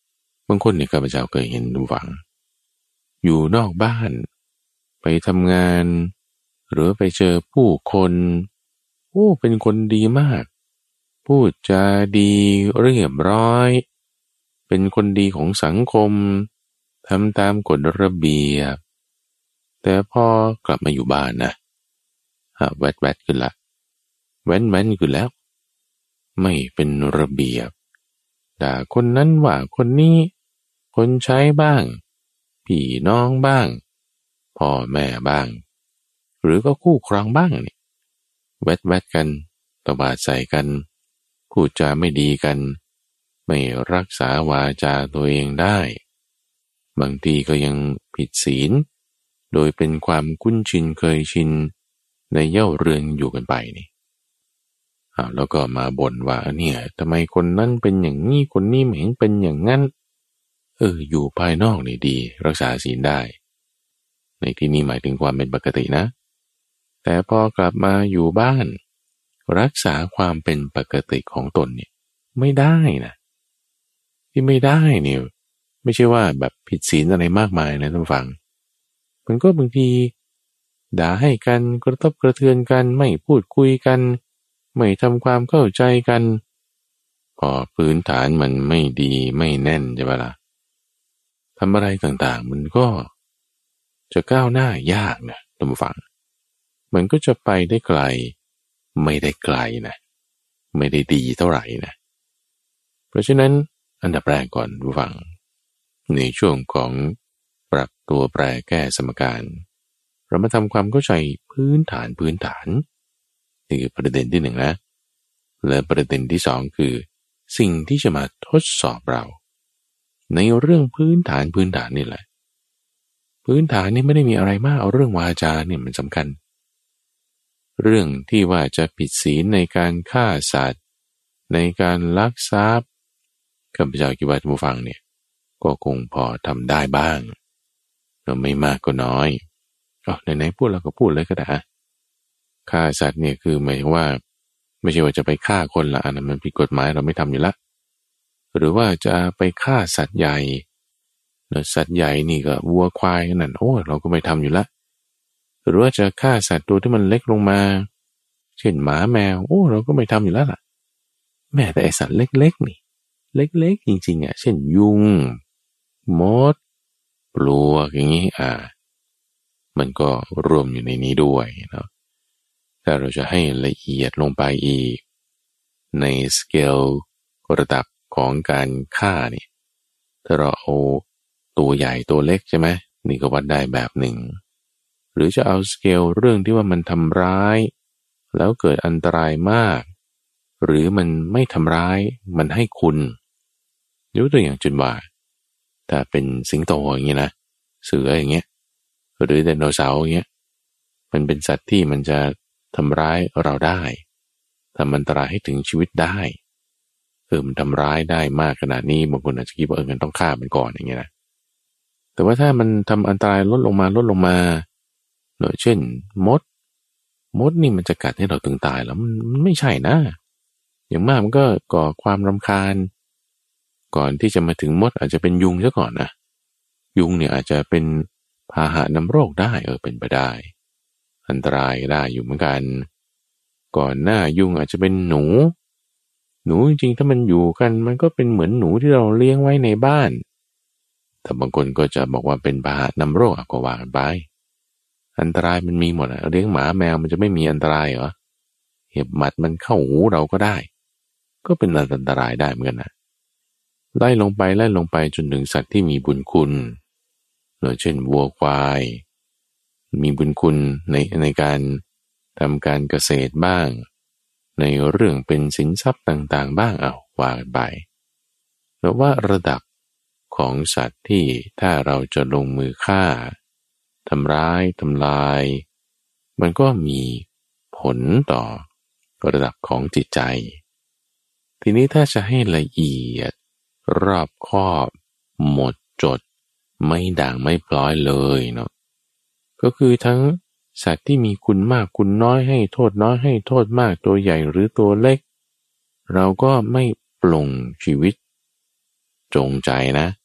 บางคนเนี่ยข้าพเจ้าเคยเห็นดูฝังอยู่นอกบ้านไปทำงานหรือไปเจอผู้คนโอ้เป็นคนดีมากพูดจาดีเรียบร้อยเป็นคนดีของสังคมทำตามกฎระเบียบแต่พอกลับมาอยู่บ้านนะแวดขึ้นละแว้นขึ้นแล้วไม่เป็นระเบียบด่าคนนั้นว่าคนนี้คนใช้บ้างพี่น้องบ้างพ่อแม่บ้างหรือก็คู่ครองบ้างนี่แวดกันตวาดใส่กันพูดจาไม่ดีกันไม่รักษาวาจาตัวเองได้บางทีก็ยังผิดศีลโดยเป็นความคุ้นชินเคยชินในเย่าเรือนอยู่กันไปนี่แล้วก็มาบ่นว่าเนี่ยทำไมคนนั้นเป็นอย่างนี้คนนี้ไม่เห็นเป็นอย่างนั้นอยู่ภายนอกนี่ดีรักษาศีลได้ในที่นี้หมายถึงความเป็นปกตินะแต่พอกลับมาอยู่บ้านรักษาความเป็นปกติของตนเนี่ยไม่ได้นะที่ไม่ได้เนี่ยไม่ใช่ว่าแบบผิดศีลอะไรมากมายนะท่านฟังมันก็บางทีด่าให้กันกระทบกระเทือนกันไม่พูดคุยกันไม่ทำความเข้าใจกันพอพื้นฐานมันไม่ดีไม่แน่นใช่ปะล่ะทำอะไรต่างๆมันก็จะก้าวหน้ายากนะท่านผู้ฟังมันก็จะไปได้ไกลไม่ได้ไกลนะไม่ได้ดีเท่าไหร่นะเพราะฉะนั้นอันดับแรกก่อนผู้ฟังในช่วงของปรับตัวแปรแก้สมการเรามาทำความเข้าใจพื้นฐานนี่คือประเด็นที่หนึ่งนะและประเด็นที่สองคือสิ่งที่จะมาทดสอบเราในเรื่องพื้นฐานนี่แหละพื้นฐานนี่ไม่ได้มีอะไรมากเอาเรื่องวาจาเนี่ยมันสำคัญเรื่องที่ว่าจะผิดศีลในการฆ่าสัตว์ในการลักทรัพย์ข้าพเจ้าคิดว่าท่านผู้ฟังเนี่ยก็คงพอทำได้บ้างเราไม่มากก็น้อยไหนพูดแล้วก็พูดเลยก็ได้ฆ่าสัตว์เนี่ยคือหมายถึงว่าไม่ใช่ว่าจะไปฆ่าคนละอันนั้นมันผิดกฎหมายเราไม่ทำอยู่ละหรือว่าจะไปฆ่าสัตว์ใหญ่สัตว์ใหญ่นี่ก็วัวควายนั่นเราก็ไม่ทำอยู่ละหรือว่าจะฆ่าสัตว์ตัวที่มันเล็กลงมาเช่นหมาแมวเราก็ไม่ทำอยู่แล้วล่ะแม้แต่ไอสัตว์เล็กๆนี่เล็กๆจริงๆเช่นยุงมดปลวกอย่างนี้มันก็รวมอยู่ในนี้ด้วยเนาะถ้าเราจะให้ละเอียดลงไปอีกในสเกลระดับของการฆ่าเนี่ยถ้าเราเอาตัวใหญ่ตัวเล็กใช่ไหมนี่ก็วัดได้แบบหนึ่งหรือจะเอาสเกลเรื่องที่ว่ามันทำร้ายแล้วเกิดอันตรายมากหรือมันไม่ทำร้ายมันให้คุณยกตัวอย่างเช่นว่าถ้าเป็นสิงโตอย่างเงี้ยนะเสืออย่างเงี้ยหรือไดโนเสาร์อย่างเงี้ยมันเป็นสัตว์ที่มันจะทำร้ายเราได้ทำอันตรายให้ถึงชีวิตได้มันทำร้ายได้มากขนาดนี้บางคนอาจจะคิดว่างั้นต้องฆ่ามันก่อนอย่างเงี้ยนะแต่ว่าถ้ามันทำอันตรายลดลงมาเช่นมดนี่มันจะกัดให้เราถึงตายแล้วมันไม่ใช่นะอย่างมากมันก็ก่อความรำคาญก่อนที่จะมาถึงมดอาจจะเป็นยุงซะก่อนนะยุงเนี่ยอาจจะเป็นพาหะนำโรคได้เป็นไปได้อันตรายได้อยู่เหมือนกันก่อนหน้ายุงอาจจะเป็นหนูจริงๆถ้ามันอยู่กันมันก็เป็นเหมือนหนูที่เราเลี้ยงไว้ในบ้านแต่บางคนก็จะบอกว่าเป็นพาหะนำโรคก็ว่ากันไปอันตรายมันมีหมดเลี้ยงหมาแมวมันจะไม่มีอันตรายเหรอเห็บหมัดมันเข้าหูเราก็ได้ก็เป็นอันตรายได้เหมือนกันนะไล่ลงไปจนถึงสัตว์ที่มีบุญคุณเช่นวัวควายมีบุญคุณในการทำการเกษตรบ้างในเรื่องเป็นสินทรัพย์ต่างๆบ้างว่ากันไปแล้วว่าระดับของสัตว์ที่ถ้าเราจะลงมือฆ่าทำร้ายทำลายมันก็มีผลต่อระดับของจิตใจทีนี้ถ้าจะให้ละเอียดรอบคอบหมดจดไม่ด่างไม่พร้อยเลยเนาะก็คือทั้งสัตว์ที่มีคุณมากคุณน้อยให้โทษน้อยให้โทษมากตัวใหญ่หรือตัวเล็ก เราก็ไม่ปลงชีวิตจงใจนะ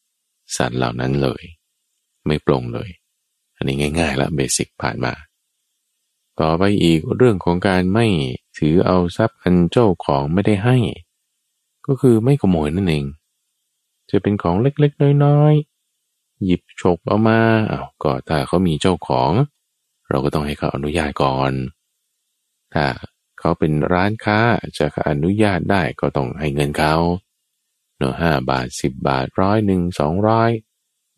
สัตว์เหล่านั้นเลยไม่ปลงเลยอันนี้ง่ายๆละเบสิกผ่านมาต่อไปอีกเรื่องของการไม่ถือเอาทรัพย์อันเจ้าของไม่ได้ให้ก็คือไม่ขโมยนั่นเองจะเป็นของเล็กๆน้อยๆหยิบฉกเอามาก็ถ้าเขามีเจ้าของเราก็ต้องให้เขาอนุญาตก่อนถ้าเขาเป็นร้านค้าจะอนุญาตได้ก็ต้องให้เงินเขาเนาะ5 บาท10 บาท100 200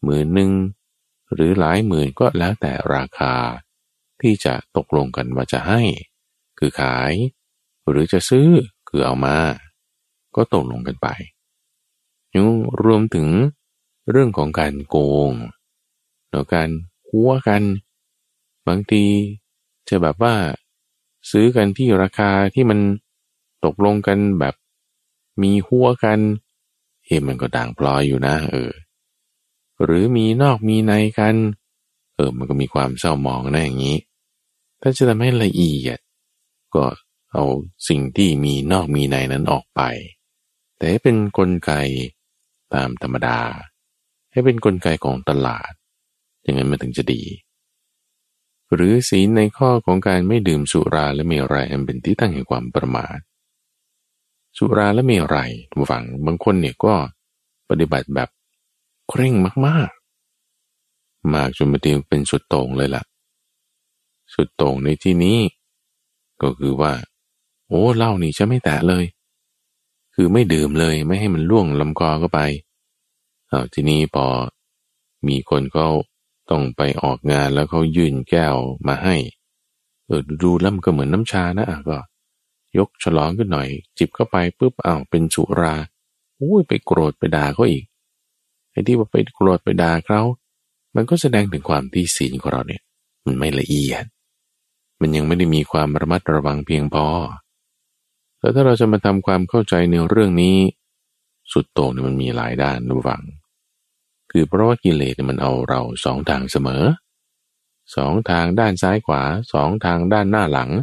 10,000หรือหลายหมื่นก็แล้วแต่ราคาที่จะตกลงกันว่าจะให้คือขายหรือจะซื้อคือเอามาก็ตกลงกันไปยังรวมถึงเรื่องของการโกงหรือการหัวกันบางทีจะแบบว่าซื้อกันที่ราคาที่มันตกลงกันแบบมีหัวกันมันก็ด่างพลอยอยู่นะหรือมีนอกมีในกันมันก็มีความเศร้าหมองนะอย่างนี้ถ้าจะทำให้ละเอียดก็เอาสิ่งที่มีนอกมีในนั้นออกไปแต่ให้เป็นกลไกตามธรรมดาให้เป็นกลไกของตลาดอย่างนั้นมันถึงจะดีหรือศีลในข้อของการไม่ดื่มสุราและเมรัยอันเป็นที่ตั้งแห่งความประมาทสุราและเมรัยฝั่งบางคนเนี่ยก็ปฏิบัติแบบเคร่งมากๆมากจนบางทีเป็นสุดโต่งเลยล่ะสุดโต่งในที่นี้ก็คือว่าเหล้านี่ฉันไม่แตะเลยคือไม่ดื่มเลยไม่ให้มันล่วงลำคอเข้าไปทีนี้พอมีคนเขาต้องไปออกงานแล้วเขายื่นแก้วมาให้ดูแล้วมันก็เหมือนน้ำชานะก็ยกฉลองขึ้นหน่อยจิบเข้าไปปุ๊บเป็นสุราไปโกรธไปด่าเขาอีกไอ้ที่ว่าไปโกรธไปด่าเขามันก็แสดงถึงความที่ศีลของเราเนี่ยมันไม่ละเอียดมันยังไม่ได้มีความระมัดระวังเพียงพอแล้วถ้าเราจะมาทำความเข้าใจในเรื่องนี้สุดโต่งเนี่ยมันมีหลายด้านระวังคือเพราะว่ากิเลสมันเอาเราสองทางเสมอ2 ทางด้านซ้ายขวา2 ทางด้านหน้าหลัง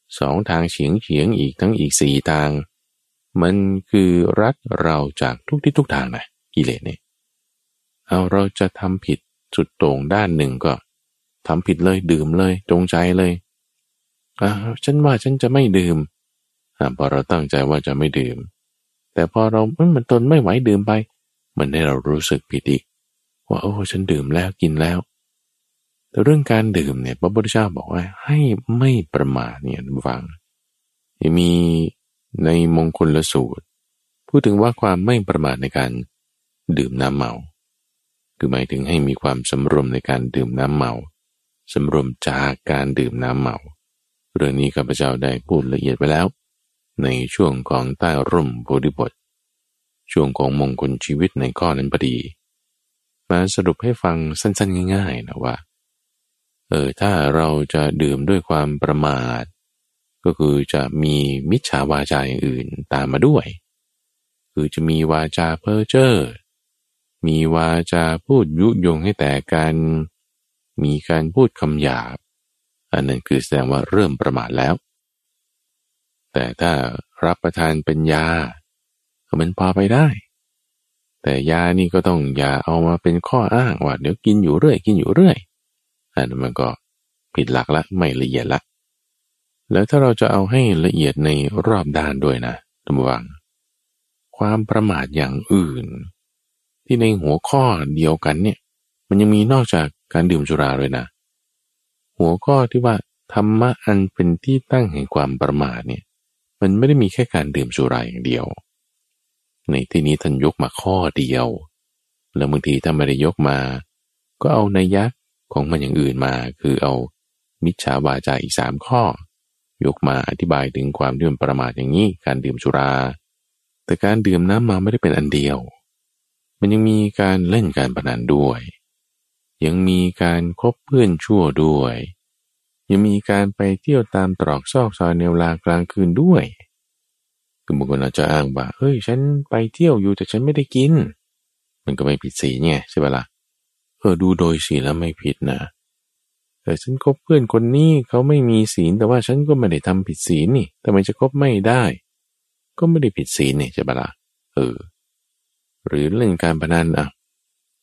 2 ทางเฉียงอีกทั้งอีก4 ทางมันคือรัดเราจากทุกทิศทุกทางนะกิเลสเนี่ยเราจะทำผิดสุดโต่งด้านหนึ่งก็ทำผิดเลยดื่มเลยจงใจเลยฉันว่าฉันจะไม่ดื่มพอเราตั้งใจว่าจะไม่ดื่มแต่พอเรามันทนไม่ไหวดื่มไปมันให้เรารู้สึกผิดอีกว่าฉันดื่มแล้วกินแล้วแต่เรื่องการดื่มเนี่ยพระพุทธเจ้าบอกว่าให้ไม่ประมาทเนี่ยฟังมีในมงคลสูตรพูดถึงว่าความไม่ประมาทในการดื่มน้ำเมาคือหมายถึงให้มีความสำรวมในการดื่มน้ำเมาสำรวมจากการดื่มน้ำเมาเรื่องนี้ข้าพเจ้าได้พูดละเอียดไปแล้วในช่วงของใต้ร่มโพธิบทช่วงของมงคลชีวิตในข้อนั้นพอดีมาสรุปให้ฟังสั้นๆง่ายๆนะว่าถ้าเราจะดื่มด้วยความประมาทก็คือจะมีมิจฉาวาจาอย่างอื่นตามมาด้วยคือจะมีวาจาเพ้อเจ้อมีวาจาพูดยุยงให้แตกกันมีการพูดคำหยาบอันนั้นคือแสดงว่าเริ่มประมาทแล้วแต่ถ้ารับประทานเป็นยามันพอไปได้แต่ยานี่ก็ต้องอย่าเอามาเป็นข้ออ้างว่าเดี๋ยวกินอยู่เรื่อยอันนั้นมันก็ผิดหลักละไม่ละเอียดละแล้วถ้าเราจะเอาให้ละเอียดในรอบด้านด้วยนะท่านผู้ฟังความประมาทอย่างอื่นที่ในหัวข้อเดียวกันเนี่ยมันยังมีนอกจากการดื่มสุราเลยนะหัวข้อที่ว่าธรรมะอันเป็นที่ตั้งแห่งความประมาทเนี่ยมันไม่ได้มีแค่การดื่มสุราอย่างเดียวในที่นี้ท่านยกมาข้อเดียวแล้วบางทีถ้าไม่ได้ยกมาก็เอานัยยะของมันอย่างอื่นมาคือเอามิจฉาวาจาอีก3 ข้อยกมาอธิบายถึงความที่มันประมาทอย่างนี้การดื่มสุราแต่การดื่มน้ำเมาไม่ได้เป็นอันเดียวมันยังมีการเล่นการพนันด้วยยังมีการคบเพื่อนชั่วด้วยยังมีการไปเที่ยวตามตรอกซอกซอยในเวลากลางคืนด้วยคือบางคนอาจจะอ้างว่าฉันไปเที่ยวอยู่แต่ฉันไม่ได้กินมันก็ไม่ผิดศีลไงใช่ปะล่ะดูโดยศีลแล้วไม่ผิดนะแต่ฉันคบเพื่อนคนนี้เขาไม่มีศีลแต่ว่าฉันก็ไม่ได้ทำผิดศีลนี่ทำไมจะคบไม่ได้ก็ไม่ได้ผิดศีลนี่ใช่ปะล่ะหรือเรื่องการพนัน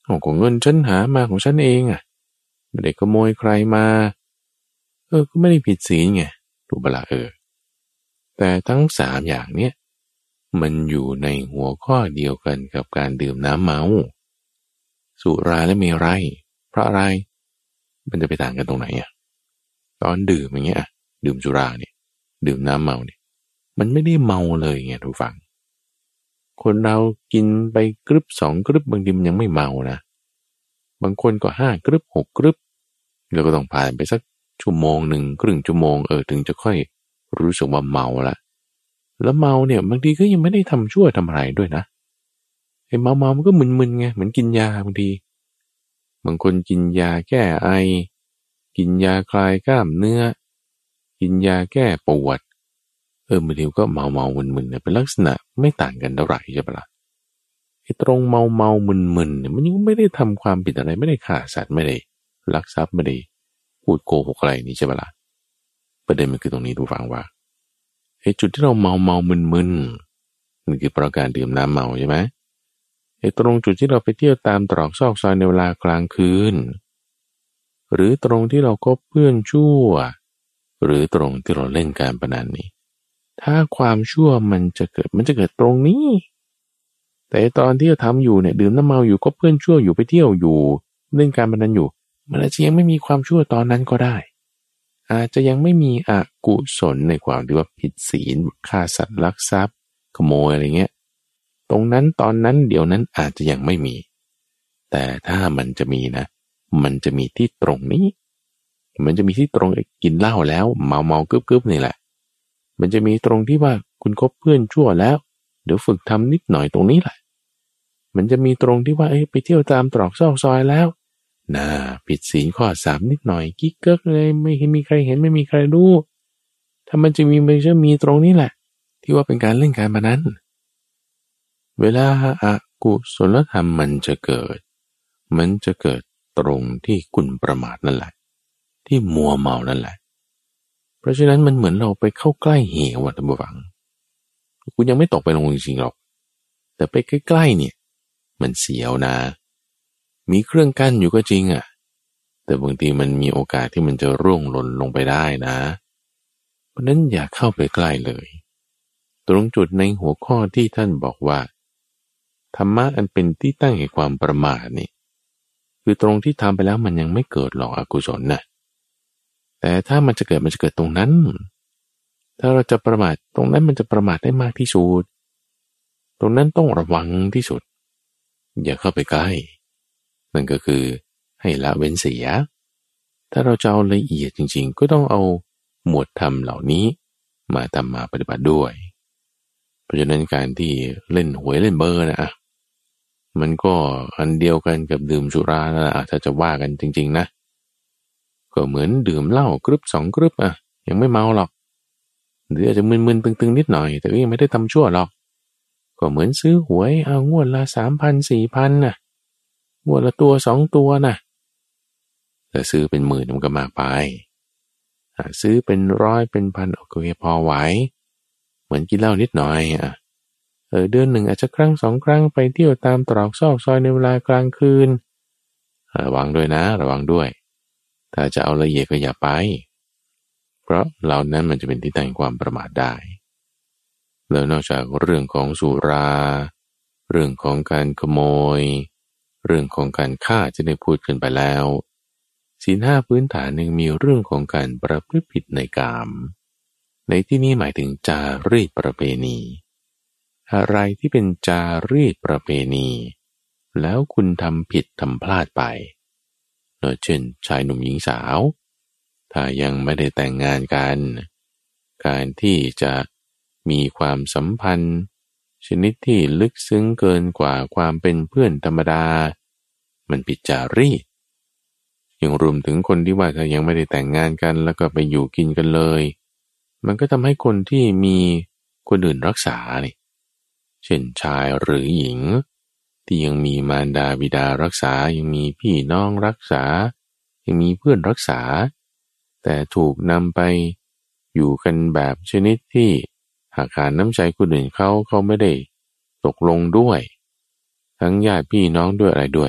ของเงินฉันหามาของฉันเองอ่ะไม่ได้ขโมยใครมาก็ไม่ได้ผิดศีลไงถูกปะล่ะแต่ทั้งสามอย่างเนี้ยมันอยู่ในหัวข้อเดียวกันกับการดื่มน้ำเมาสุราและเมรัยเพราะอะไรมันจะไปต่างกันตรงไหนอ่ะตอนดื่มอย่างเงี้ยดื่มสุราเนี่ยดื่มน้ำเมาเนี่ยมันไม่ได้เมาเลยไงทุกฝังคนเรากินไปกรึบสองกรึบบางทีมันยังไม่เมานะบางคนก็5 กรึบ6 กรึบแล้วก็ต้องผ่านไปสักชั่วโมงหนึ่งครึ่งชั่วโมงถึงจะค่อยรู้สึกว่าเมาละแล้วเมาเนี่ยบางทีก็ยังไม่ได้ทำชั่วทำอะไรด้วยนะไอ้เมามันก็มึนๆไงเหมือนกินยาบางทีบางคนกินยาแก้ไอกินยาคลายกล้ามเนื้อกินยาแก้ปวดบางทีก็เมามึนๆเนี่ยเป็นลักษณะไม่ต่างกันเท่าไหร่ใช่ปะล่ะไอ้ตรงเมามึนๆเนี่ยมันยังไม่ได้ทำความผิดอะไรไม่ได้ฆ่าสัตว์ไม่ได้ลักทรัพย์ไม่ได้พูดโกหกอะไรนี่ใช่ปะล่ะประเด็นมันคือตรงนี้ดูฟังว่าไอ้จุดที่เราเมามึนๆนี่คือเพราะการดื่มน้ำเมาใช่ไหมไอ้ตรงจุดที่เราไปเที่ยวตามตรอกซอกซอยในเวลากลางคืนหรือตรงที่เราคบเพื่อนชั่วหรือตรงที่เราเล่นการพนันนี่ถ้าความชั่วมันจะเกิดตรงนี้แต่ตอนที่เราทำอยู่เนี่ยดื่มน้ำเมาอยู่คบเพื่อนชั่วอยู่ไปเที่ยวอยู่เล่นการพนันอยู่มันอาจจะยังไม่มีความชั่วตอนนั้นก็ได้อาจจะยังไม่มีอกุศลในความที่ว่าผิดศีลฆ่าสัตว์ลักทรัพย์ขโมยอะไรเงี้ยตรงนั้นตอนนั้นเดี๋ยวนั้นอาจจะยังไม่มีแต่ถ้ามันจะมีนะมันจะมีที่ตรงนี้มันจะมีที่ตรงกินเหล้าแล้วเมากึบนี่แหละมันจะมีตรงที่ว่าคุณคบเพื่อนชั่วแล้วเดี๋ยวฝึกทำนิดหน่อยตรงนี้แหละมันจะมีตรงที่ว่าไปเที่ยวตามตรอกซอกซอยแล้วผิดศีลข้อ3นิดหน่อยกิ๊กเกิกเลยไม่เห็นมีใครเห็นไม่มีใครรู้ถ้ามันจะมีตรงนี้แหละที่ว่าเป็นการเล่นการพนันเวลาอกุศลธรรมมันจะเกิดตรงที่คุณประมาทนั่นแหละที่มัวเมานั่นแหละเพราะฉะนั้นมันเหมือนเราไปเข้าใกล้เหวท่านผู้ฟังคุณยังไม่ตกไปลงจริงๆหรอกแต่ไปใกล้ๆเนี่ยมันเสียวนะมีเครื่องกั้นอยู่ก็จริงแต่บางทีมันมีโอกาสที่มันจะร่วงหล่นลงไปได้นะเพราะนั้นอย่าเข้าไปใกล้เลยตรงจุดในหัวข้อที่ท่านบอกว่าธรรมะอันเป็นที่ตั้งแห่งความประมาทนี่คือตรงที่ทำไปแล้วมันยังไม่เกิดหรอกอกุศลนะแต่ถ้ามันจะเกิดตรงนั้นถ้าเราจะประมาทตรงนั้นมันจะประมาทได้มากที่สุดตรงนั้นต้องระวังที่สุดอย่าเข้าไปใกล้นั่นก็คือให้ละเว้นเสียถ้าเราจะเอาละเอียดจริงๆก็ต้องเอาหมวดธรรมเหล่านี้มาทำมาปฏิบัติด้วยเพราะฉะนั้นการที่เล่นหวยเล่นเบอร์นะมันก็อันเดียวกันกับดื่มสุรานะถ้าจะว่ากันจริงๆนะก็เหมือนดื่มเหล้ากรึบ2 กรึบยังไม่เมาหรอกหรืออาจจะมึนๆตึงๆนิดหน่อยแต่ก็ยังไม่ได้ทำชั่วหรอกก็เหมือนซื้อหวยงวดละ 3,000 4,000นะงวดละตัว2ตัวนะแต่ซื้อเป็นหมื่นมันก็มากไปซื้อเป็น100เป็นพันโอเคพอไหวเหมือนกินเหล้านิดหน่อยเดือนหนึ่งอาจจะครั้ง2 ครั้งไปเที่ยวตามตรอกซอกซอยในเวลากลางคืนระวังด้วยนะระวังด้วยถ้าจะเอาละเอียดก็อย่าไปเพราะเหล่านั้นมันจะเป็นที่ตั้งความประมาทได้แล้วนอกจากเรื่องของสุราเรื่องของการขโมยเรื่องของการฆ่าจะได้พูดกันไปแล้วศีล 5พื้นฐานหนึ่งมีเรื่องของการประพฤติผิดในกามในที่นี้หมายถึงจารีตประเพณีอะไรที่เป็นจารีตประเพณีแล้วคุณทำผิดทำพลาดไปเช่นชายหนุ่มหญิงสาวถ้ายังไม่ได้แต่งงานกันการที่จะมีความสัมพันธ์ชนิดที่ลึกซึ้งเกินกว่าความเป็นเพื่อนธรรมดามันผิดจารีตยังรวมถึงคนที่ว่าถ้ายังไม่ได้แต่งงานกันแล้วก็ไปอยู่กินกันเลยมันก็ทำให้คนที่มีคนอื่นรักษานี่เช่นชายหรือหญิงที่ยังมีมารดาบิดารักษายังมีพี่น้องรักษายังมีเพื่อนรักษาแต่ถูกนำไปอยู่กันแบบชนิดที่หากขาดน้ำใจคนอื่นเขาไม่ได้ตกลงด้วยทั้งญาติพี่น้องด้วยอะไรด้วย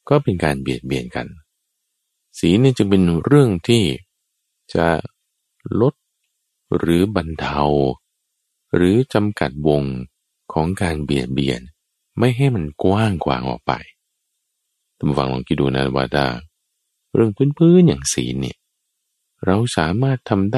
ก็เป็นการเบียดเบียนกันศีลเนี่ยจึงเป็นเรื่องที่จะลดหรือบรรเทาหรือจำกัดวงของการเบียดเบียนไม่ให้มันกว้างขวางออกไปท่านผู้ฟังลองคิดดูนะว่าถ้าเรื่องพื้นๆอย่างศีลเนี่ยเราสามารถทำได้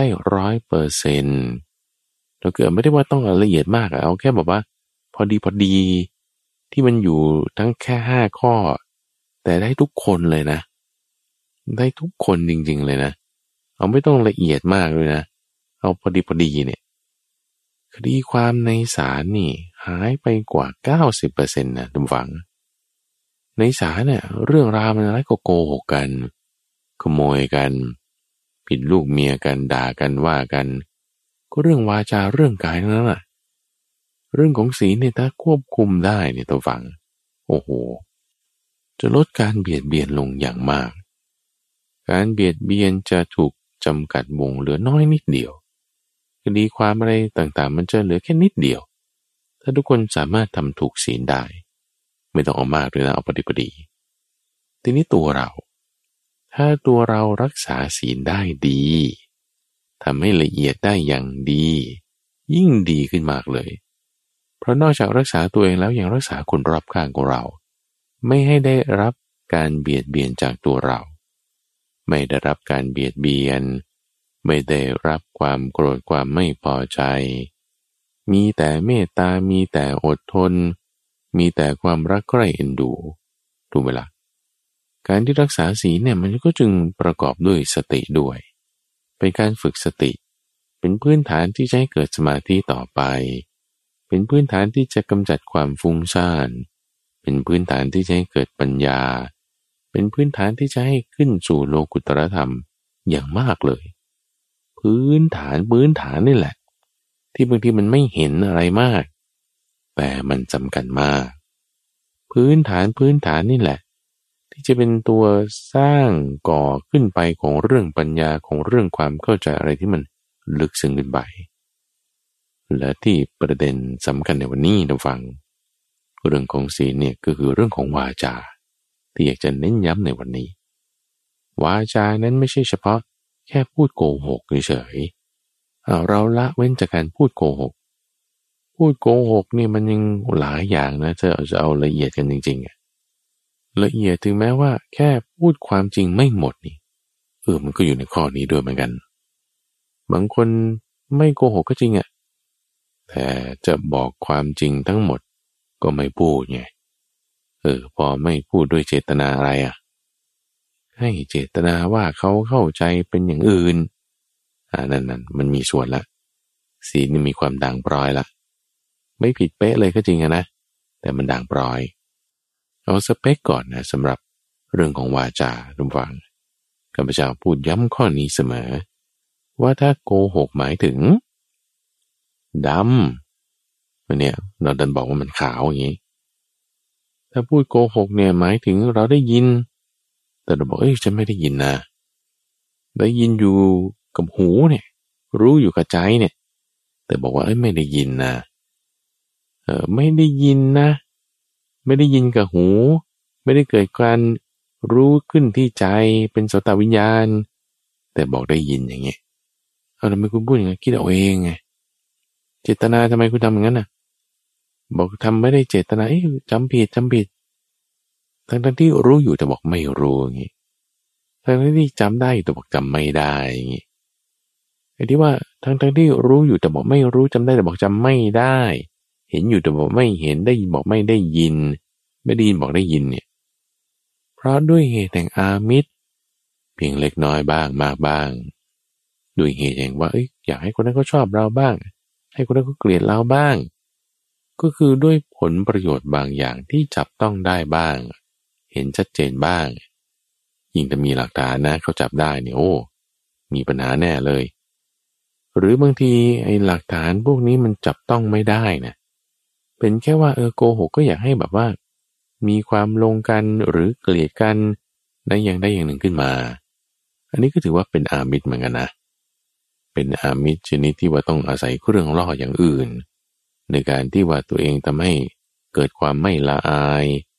100%เราเกิดไม่ได้ว่าต้องละเอียดมากเอาแค่แบบว่าพอดีที่มันอยู่ทั้งแค่5ข้อแต่ได้ทุกคนเลยนะได้ทุกคนจริงๆเลยนะเอาไม่ต้องละเอียดมากเลยนะเอาพอดีเนี่ยคดีความในศาลนี่หายไปกว่า 90% นะท่านฟังในศาลเนี่ยเรื่องราวมันอะไรก็โกหกกันขโมยกันผิดลูกเมียกันด่ากันว่ากันก็เรื่องวาจาเรื่องกายทั้งนั้นแหละเรื่องของศีลเนี่ยถ้าควบคุมได้เนี่ยท่านฟังโอ้โหจะลดการเบียดเบียนลงอย่างมากการเบียดเบียนจะถูกจำกัดวงเหลือน้อยนิดเดียวคดีความอะไรต่างๆมันจะเหลือแค่นิดเดียวถ้าทุกคนสามารถทำถูกศีลได้ไม่ต้องเอามากเลยนะเอาพอดีทีนี้ตัวเราถ้าตัวเรารักษาศีลได้ดีทำให้ละเอียดได้อย่างดียิ่งดีขึ้นมากเลยเพราะนอกจากรักษาตัวเองแล้วยังรักษาคนรอบข้างของเราไม่ให้ได้รับการเบียดเบียนจากตัวเราไม่ได้รับการเบียดเบียนไม่ได้รับความโกรธความไม่พอใจมีแต่เมตตามีแต่อดทนมีแต่ความรักใคร่เอ็นดูถูกไหมล่ะการที่รักษาศีลเนี่ยมันก็จึงประกอบด้วยสติด้วยเป็นการฝึกสติเป็นพื้นฐานที่จะให้เกิดสมาธิต่อไปเป็นพื้นฐานที่จะกำจัดความฟุ้งซ่านเป็นพื้นฐานที่จะให้เกิดปัญญาเป็นพื้นฐานที่จะให้ขึ้นสู่โลกุตตรธรรมอย่างมากเลยพื้นฐานนี่แหละที่บางทีมันไม่เห็นอะไรมากแต่มันสำคัญมากพื้นฐานนี่แหละที่จะเป็นตัวสร้างก่อขึ้นไปของเรื่องปัญญาของเรื่องความเข้าใจอะไรที่มันลึกซึ้งขึ้นไปและที่ประเด็นสำคัญในวันนี้เราฟังเรื่องของศีลเนี่ยก็คือเรื่องของวาจาที่อยากจะเน้นย้ำในวันนี้วาจานั้นไม่ใช่เฉพาะแค่พูดโกหกเฉยๆเราละเว้นจากการพูดโกหกนี่มันยังหลายอย่างนะจะเอาละเอียดกันจริงๆละเอียดถึงแม้ว่าแค่พูดความจริงไม่หมดนี่มันก็อยู่ในข้อนี้ด้วยเหมือนกันบางคนไม่โกหกก็จริงแต่จะบอกความจริงทั้งหมดก็ไม่พูดไงพอไม่พูดด้วยเจตนาอะไรให้เจตนาว่าเขาเข้าใจเป็นอย่างอื่นนั่นมันมีส่วนละศีลนี่มีความด่างพร้อยละไม่ผิดเป๊ะเลยก็จริงนะแต่มันด่างพร้อยเอาสเปคก่อนนะสำหรับเรื่องของวาจาทุกฝั่งข้าพเจ้าพูดย้ำข้อนี้เสมอว่าถ้าโกหกหมายถึงดำเนี่ยเราดันบอกว่ามันขาวอย่างนี้ถ้าพูดโกหกเนี่ยหมายถึงเราได้ยินแต่เราบอกฉันไม่ได้ยินนะได้ยินอยู่กับหูเนี่ยรู้อยู่กับใจเนี่ยแต่บอกว่าไม่ได้ยินนะไม่ได้ยินนะไม่ได้ยินกับหูไม่ได้เกิดการรู้ขึ้นที่ใจเป็นโสตวิญญาณแต่บอกได้ยินอย่างเงี้ยทำไมคุณพูดอย่างนี้คิดเอาเองไงเจตนาทำไมคุณทำอย่างนั้นบอกทำไม่ได้เจตนาจำผิดทั้งที่รู้อยู่แต่บอกไม่รู้อย่างงี้ทั้งที่จำได้แต่บอกจำไม่ได้อย่างงี้ไอ้ที่ว่าทั้งที่รู้อยู่แต่บอกไม่รู้จำได้แต่บอกจำไม่ได้เห็นอยู่แต่บอกไม่เห็นได้ยินบอกไม่ได้ยินไม่ได้ยินบอกได้ยินเนี่ยเพราะด้วยเหตุแห่งอามิตรเพียงเล็กน้อยบ้างมากบ้างด้วยเหตุแห่งว่าอยากให้คนนั้นเขาชอบเราบ้างให้คนนั้นเขาเกลียดเราบ้างก็คือด้วยผลประโยชน์บางอย่างที่จับต้องได้บ้างเห็นชัดเจนบ้างยิ่งจะมีหลักฐานนะเขาจับได้เนี่ยมีปัญหาแน่เลยหรือบางทีไอ้หลักฐานพวกนี้มันจับต้องไม่ได้นะเป็นแค่ว่าโกหกก็อยากให้แบบว่ามีความลงกันหรือเกลียดกันในอย่างใดอย่างหนึ่งขึ้นมาอันนี้ก็ถือว่าเป็นอามิตรเหมือนกันนะเป็นอามิตรชนิดที่ว่าต้องอาศัยเครื่องล่ออย่างอื่นในการที่ว่าตัวเองทำให้เกิดความไม่ละอาย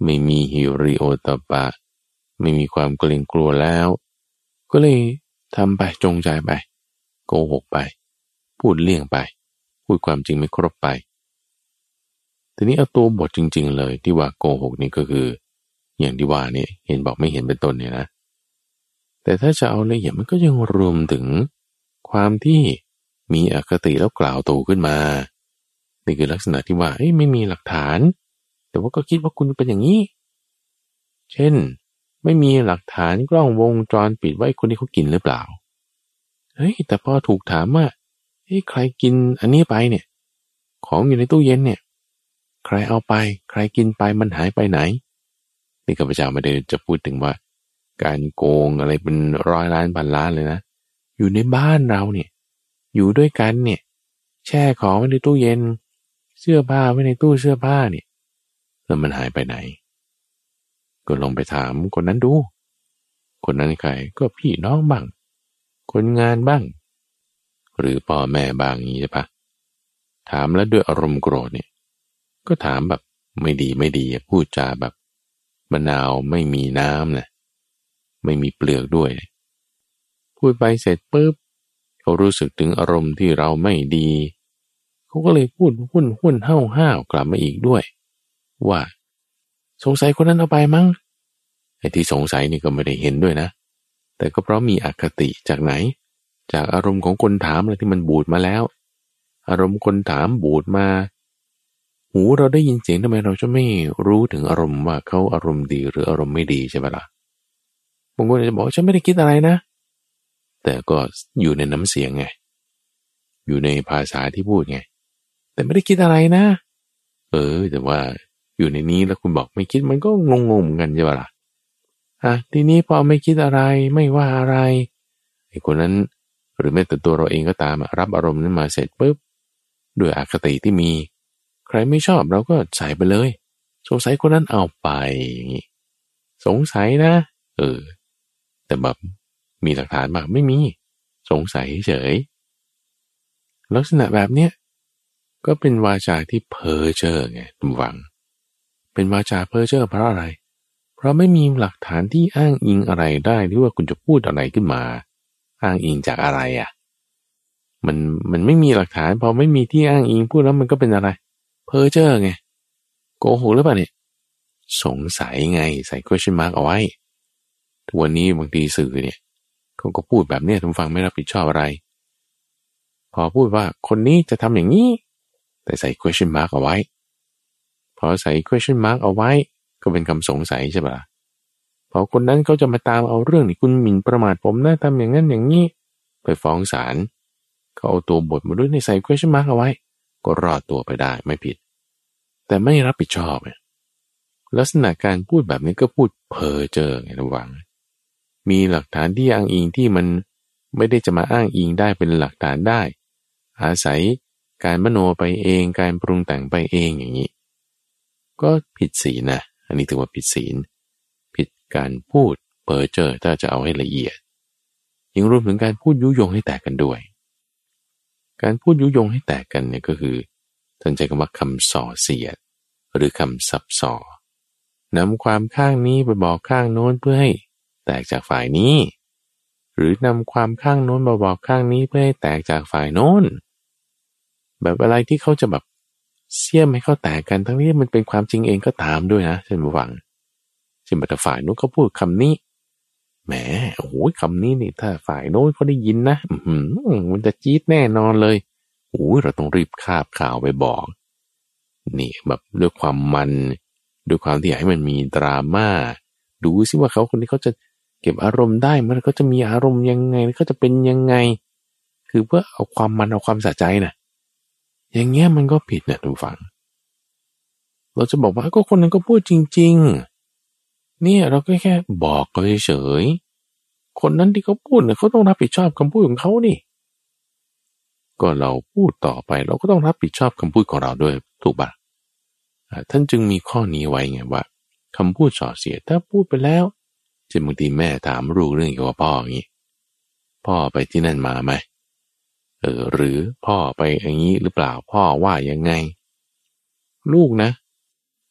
ไม่มีฮิริโอตปะไม่มีความเกรงกลัวแล้วก็เลยทำไปจงใจไปโกหกไปพูดเลี่ยงไปพูดความจริงไม่ครบไปทีนี้เอาตัวบทจริงๆเลยที่ว่าโกหกนี่ก็คืออย่างที่ว่านี่เห็นบอกไม่เห็นเป็นต้นเนี่ยนะแต่ถ้าจะเอาละเอียดมันก็ยังรวมถึงความที่มีอคติแล้วกล่าวตูขึ้นมานี่คือลักษณะที่ว่าไม่มีหลักฐานแต่ว่าก็คิดว่าคุณเป็นอย่างนี้เช่นไม่มีหลักฐานกล้องวงจรปิดว่าคนที่เขากินหรือเปล่าแต่พอถูกถามว่าใครกินอันนี้ไปเนี่ยของอยู่ในตู้เย็นเนี่ยใครเอาไปใครกินไปมันหายไปไหนนี่ข้าพเจ้าไม่ได้จะพูดถึงว่าการโกงอะไรเป็นร้อยล้านพันล้านเลยนะอยู่ในบ้านเราเนี่ยอยู่ด้วยกันเนี่ยแช่ของไว้ในตู้เย็นเสื้อผ้าไว้ในตู้เสื้อผ้าเนี่ยแล้วมันหายไปไหนก็ลองไปถามคนนั้นดูคนนั้นใครก็พี่น้องบ้างคนงานบ้างหรือพ่อแม่บ้างอย่างนี้ใช่ปะถามแล้วด้วยอารมณ์โกรธเนี่ยก็ถามแบบไม่ดีพูดจาแบบมะนาวไม่มีน้ำนะไม่มีเปลือกด้วยพูดไปเสร็จปุ๊บเขารู้สึกถึงอารมณ์ที่เราไม่ดีเขาก็เลยพูดหุ้นห้าวกลับมาอีกด้วยว่าสงสัยคนนั้นเอาไปมั้งไอ้ที่สงสัยนี่ก็ไม่ได้เห็นด้วยนะแต่ก็เพราะมีอคติจากไหนจากอารมณ์ของคนถามอะไรที่มันบูดมาแล้วอารมณ์คนถามบูดมาหูเราได้ยินเสียงทำไมเราจะไม่รู้ถึงอารมณ์ว่าเขาอารมณ์ดีหรืออารมณ์ไม่ดีใช่ไหมล่ะบางคนจะบอกฉันไม่ได้คิดอะไรนะแต่ก็อยู่ในน้ำเสียงไงอยู่ในภาษาที่พูดไงแต่ไม่ได้คิดอะไรนะแต่ว่าอยู่ในนี้แล้วคุณบอกไม่คิดมันก็งงๆเหมือนกันใช่ไหมล่ะทีนี้พอไม่คิดอะไรไม่ว่าอะไรไอ้คนนั้นหรือแม้แต่ตัวเราเองก็ตามรับอารมณ์นั้นมาเสร็จปุ๊บด้วยอคติที่มีใครไม่ชอบเราก็ใส่ไปเลยสงสัยคนนั้นเอาไปอย่างนี้สงสัยนะแต่แบบมีหลักฐานบ้างไม่มีสงสัยเฉยลักษณะแบบเนี้ยก็เป็นวาจาที่เพ้อเจ้อไงทุกฝังเป็นวาจาเพ้อเจ้อเพราะอะไรเพราะไม่มีหลักฐานที่อ้างอิงอะไรได้หรือว่าคุณจะพูดอะไรขึ้นมาอ้างอิงจากอะไรมันไม่มีหลักฐานพอไม่มีที่อ้างอิงพูดแล้วมันก็เป็นอะไรเพ้อเจ้อไงโกหกหรือเปล่าเนี่ยสงสัยไงใส่ question mark เอาไว้ทุกวันนี้บางทีสื่อเนี่ยเขาก็พูดแบบเนี้ยทุกฟังไม่รับผิดชอบอะไรพอพูดว่าคนนี้จะทำอย่างนี้แต่ใส่ question mark เอาไว้พอใส่ question mark เอาไว้ก็เป็นคำสงสัยใช่ปะพอคนนั้นเขาจะมาตามเอาเรื่องนี่คุณหมิ่นประมาทผมนะทำอย่างนั้นอย่างนี้ไปฟ้องศาลเขาเอาตัวบทมาด้วยในใส่ question mark เอาไว้ก็รอดตัวไปได้ไม่ผิดแต่ไม่รับผิดชอบลักษณะการพูดแบบนี้ก็พูดเพ้อเจ้อไงระวังมีหลักฐานที่อ้างอิงที่มันไม่ได้จะมาอ้างอิงได้เป็นหลักฐานได้อาศัยการมโนไปเองการปรุงแต่งไปเองอย่างนี้ก็ผิดศีลนะอันนี้ถือว่าผิดศีลผิดการพูดเพ้อเจ้อถ้าจะเอาให้ละเอียดยังรวมถึงการพูดยุยงให้แตกกันด้วยการพูดยุยงให้แตกกันเนี่ยก็คือท่านใช้คำว่าคำส่อเสียดหรือคำซับส่อนำความข้างนี้ไปบอกข้างโน้นเพื่อให้แตกจากฝ่ายนี้หรือนำความข้างโน้นมาบอกข้างนี้เพื่อให้แตกจากฝ่ายโน้นแบบอะไรที่เขาจะแบบเสี้ยมให้เขาแตกกันทั้งนี้มันเป็นความจริงเองก็ตามด้วยนะท่านผู้ฟังเช่นแต่ฝ่ายโน้นเขาพูดคำนี้แหมโอ้โหคำนี้นี่ถ้าฝ่ายโน้นเขาได้ยินนะมันจะจี๊ดแน่นอนเลยโอ้ยเราต้องรีบคาบข่าวไปบอกนี่แบบด้วยความมันด้วยความที่อยากให้มันมีดราม่าดูซิว่าเขาคนนี้เขาจะเก็บอารมณ์ได้มันก็จะมีอารมณ์ยังไงเขาจะเป็นยังไงคือเพื่อเอาความมันเอาความสะใจนะอย่างเงี้ยมันก็ผิดนะทุกฝังเราจะบอกว่าก็คนนั้นก็พูดจริงๆเนี่ยเราก็แค่บอกเขาเฉยๆคนนั้นที่เขาพูดเนี่ยเขาต้องรับผิดชอบคำพูดของเขานี่ก็เราพูดต่อไปเราก็ต้องรับผิดชอบคำพูดของเราด้วยถูกปะท่านจึงมีข้อนี้ไว้ไงว่าคำพูดส่อเสียดถ้าพูดไปแล้วเช่นบางทีแม่ถามลูกเรื่องเกี่ยวกับพ่ออย่างนี้พ่อไปที่นั่นมาไหมหรือพ่อไปอย่างนี้หรือเปล่าพ่อว่ายังไงลูกนะถ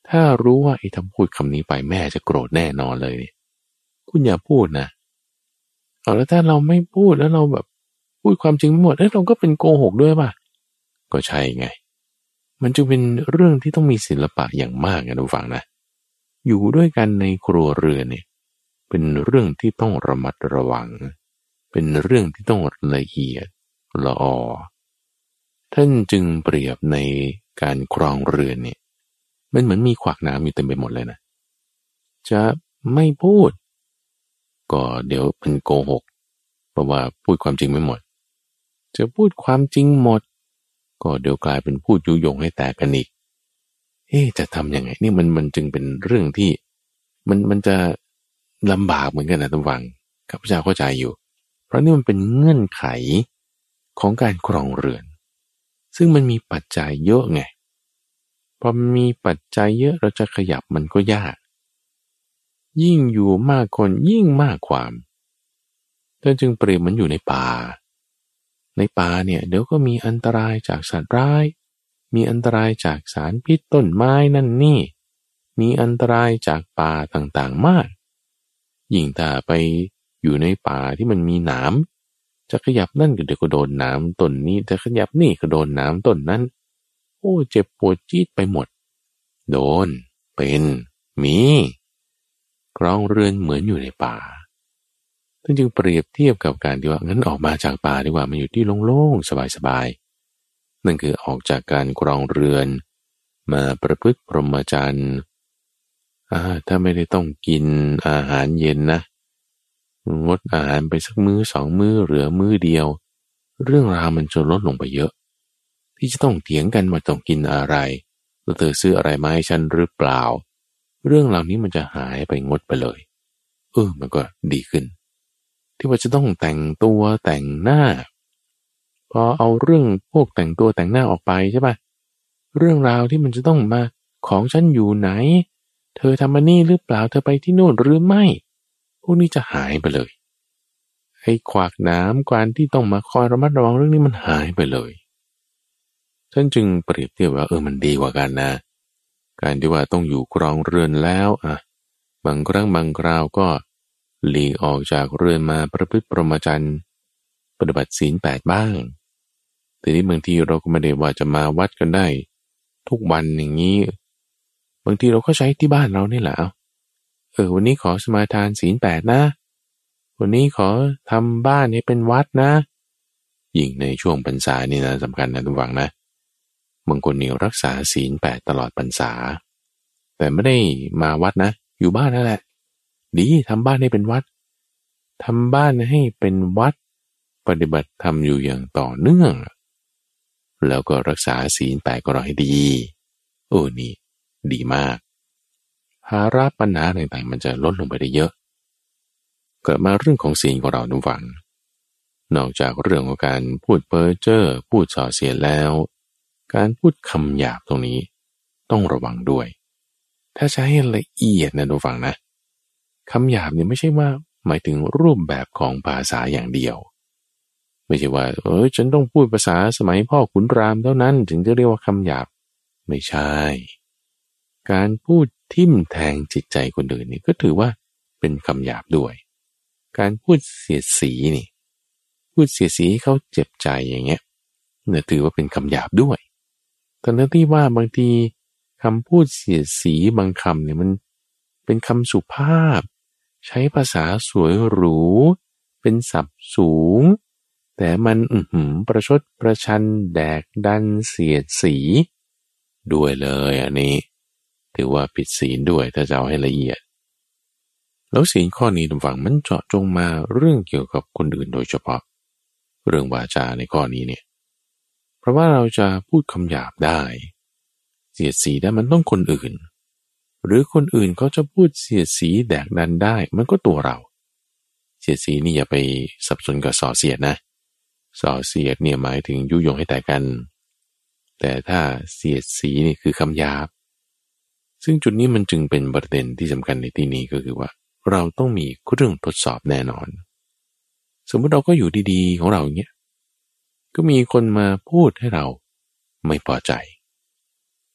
ถ้ารู้ว่าไอ้ถ้าพูดคำนี้ไปแม่จะโกรธแน่นอนเลยเนี่ยคุณอย่าพูดนะเอาแล้วถ้าเราไม่พูดแล้วเราแบบพูดความจริงไม่หมดเราก็เป็นโกหกด้วยป่ะก็ใช่ไงมันจึงเป็นเรื่องที่ต้องมีศิลปะอย่างมากนะทุกฝั่งนะอยู่ด้วยกันในครัวเรือนเนี่ยเป็นเรื่องที่ต้องระมัดระวังเป็นเรื่องที่ต้องละเอียดละออท่านจึงเปรียบในการครองเรือนเนี่ยมันเหมือนมีขวากน้ำอยู่เต็มไปหมดเลยนะจะไม่พูดก็เดี๋ยวเป็นโกหกเพราะว่าพูดความจริงไม่หมดจะพูดความจริงหมดก็เดี๋ยวกลายเป็นพูดยุยงให้แตกกันอีกจะทำยังไงนี่มันจึงเป็นเรื่องที่มันจะลำบากเหมือนกันนะทุกฝังข้าพเจ้าเข้าใจอยู่เพราะนี่มันเป็นเงื่อนไขของการครองเรือนซึ่งมันมีปัจจัยเยอะไงพอมีปัจจัยเยอะเราจะขยับมันก็ยากยิ่งอยู่มากคนยิ่งมากความท่านจึงเปรียบมันอยู่ในป่าเนี่ยเดี๋ยวก็มีอันตรายจากสัตว์ร้ายมีอันตรายจากสารพิษต้นไม้นั่นนี่มีอันตรายจากป่าต่างๆมากยิ่งถ้าไปอยู่ในป่าที่มันมีหนามจะขยับนั่นก็เดี๋ยวก็โดนหนามต้นนี้จะขยับนี่ก็โดนหนามต้นนั้นโอ้เจ็บปวดจี๊ดไปหมดโดนเป็นมีครองเรือนเหมือนอยู่ในป่าท่านจึงเปรียบเทียบกับการที่ว่างั้นออกมาจากป่าดีกว่ามาอยู่ที่โล่งๆสบายๆนั่นคือออกจากการครองเรือนมาประพฤติพรหมจรรย์ถ้าไม่ได้ต้องกินอาหารเย็นนะงดอาหารไปสักมื้อสองมื้อเหลือมื้อเดียวเรื่องราวมันจะลดลงไปเยอะที่จะต้องเถียงกันว่าต้องกินอะไรแล้วเธอซื้ออะไรมาให้ฉันหรือเปล่าเรื่องเหล่านี้มันจะหายไปงดไปเลยมันก็ดีขึ้นที่ว่าจะต้องแต่งตัวแต่งหน้าพอเอาเรื่องพวกแต่งตัวแต่งหน้าออกไปใช่ป่ะเรื่องราวที่มันจะต้องมาของฉันอยู่ไหนเธอทำมานี่หรือเปล่าเธอไปที่โน่นหรือไม่พวกนี้จะหายไปเลยไอ้ขวากน้ำการที่ต้องมาคอยระมัดระวังเรื่องนี้มันหายไปเลยท่านจึงเปรียบเทียบว่ามันดีกว่ากันนะการที่ว่าต้องอยู่ครองเรือนแล้วบางครั้งบางคราวก็หลีกออกจากเรือนมาประพฤติพรหมจรรย์ปฏิบัติศีล 8บ้างแต่นี้บางทีเราก็ไม่ได้ว่าจะมาวัดกันได้ทุกวันอย่างนี้บางทีเราก็ใช้ที่บ้านเรานี่แหละวันนี้ขอสมาทานศีล 8นะวันนี้ขอทำบ้านให้เป็นวัดนะยิ่งในช่วงพรรษานี่นะสำคัญนะทุกฝังนะบางคนนี่รักษาศีล 8ตลอดพรรษาแต่ไม่ได้มาวัดนะอยู่บ้านนั่นแหละดีทำบ้านให้เป็นวัดทำบ้านให้เป็นวัดปฏิบัติธรรมอยู่อย่างต่อเนื่องแล้วก็รักษาศีล 8ก็รอให้ดีนี่ดีมากภาระปัญหาต่างๆมันจะลดลงไปได้เยอะเกิดมาเรื่องของศีลของเราทุกฝังนอกจากเรื่องของการพูดเพ้อเจ้อพูดส่อเสียดแล้วการพูดคำหยาบตรงนี้ต้องระวังด้วยถ้าใช้ให้ละเอียดนะทุกฝังนะคำหยาบเนี่ยไม่ใช่ว่าหมายถึงรูปแบบของภาษาอย่างเดียวไม่ใช่ว่าฉันต้องพูดภาษาสมัยพ่อขุนรามเท่านั้นถึงจะเรียกว่าคำหยาบไม่ใช่การพูดทิ่มแทงจิตใจคนอื่นนี่ก็ถือว่าเป็นคำหยาบด้วยการพูดเสียดสีนี่พูดเสียดสีให้เขาเจ็บใจอย่างเงี้ยเนี่ยถือว่าเป็นคำหยาบด้วยทั้งที่ว่าบางทีคำพูดเสียดสีบางคำเนี่ยมันเป็นคำสุภาพใช้ภาษาสวยหรูเป็นศัพท์สูงแต่มันประชดประชันแดกดันเสียดสีด้วยเลยอันนี้ถือว่าผิดศีลด้วยถ้าจะเอาให้ละเอียดแล้วศีลข้อนี้ทุกฝั่งมันเจาะจงมาเรื่องเกี่ยวกับคนอื่นโดยเฉพาะเรื่องวาจาในข้อนี้เนี่ยเพราะว่าเราจะพูดคำหยาบได้เสียดสีได้มันต้องคนอื่นหรือคนอื่นเขาจะพูดเสียดสีแดกดันได้มันก็ตัวเราเสียดสีนี่อย่าไปสับสนกับส่อเสียดนะส่อเสียดเนี่ยหมายถึงยุยงให้แตกกันแต่ถ้าเสียดสีนี่คือคำหยาบซึ่งจุดนี้มันจึงเป็นประเด็นที่สำคัญในที่นี้ก็คือว่าเราต้องมีเครื่องทดสอบแน่นอนสมมติเราก็อยู่ดีๆของเราอย่างเงี้ยก็มีคนมาพูดให้เราไม่พอใจ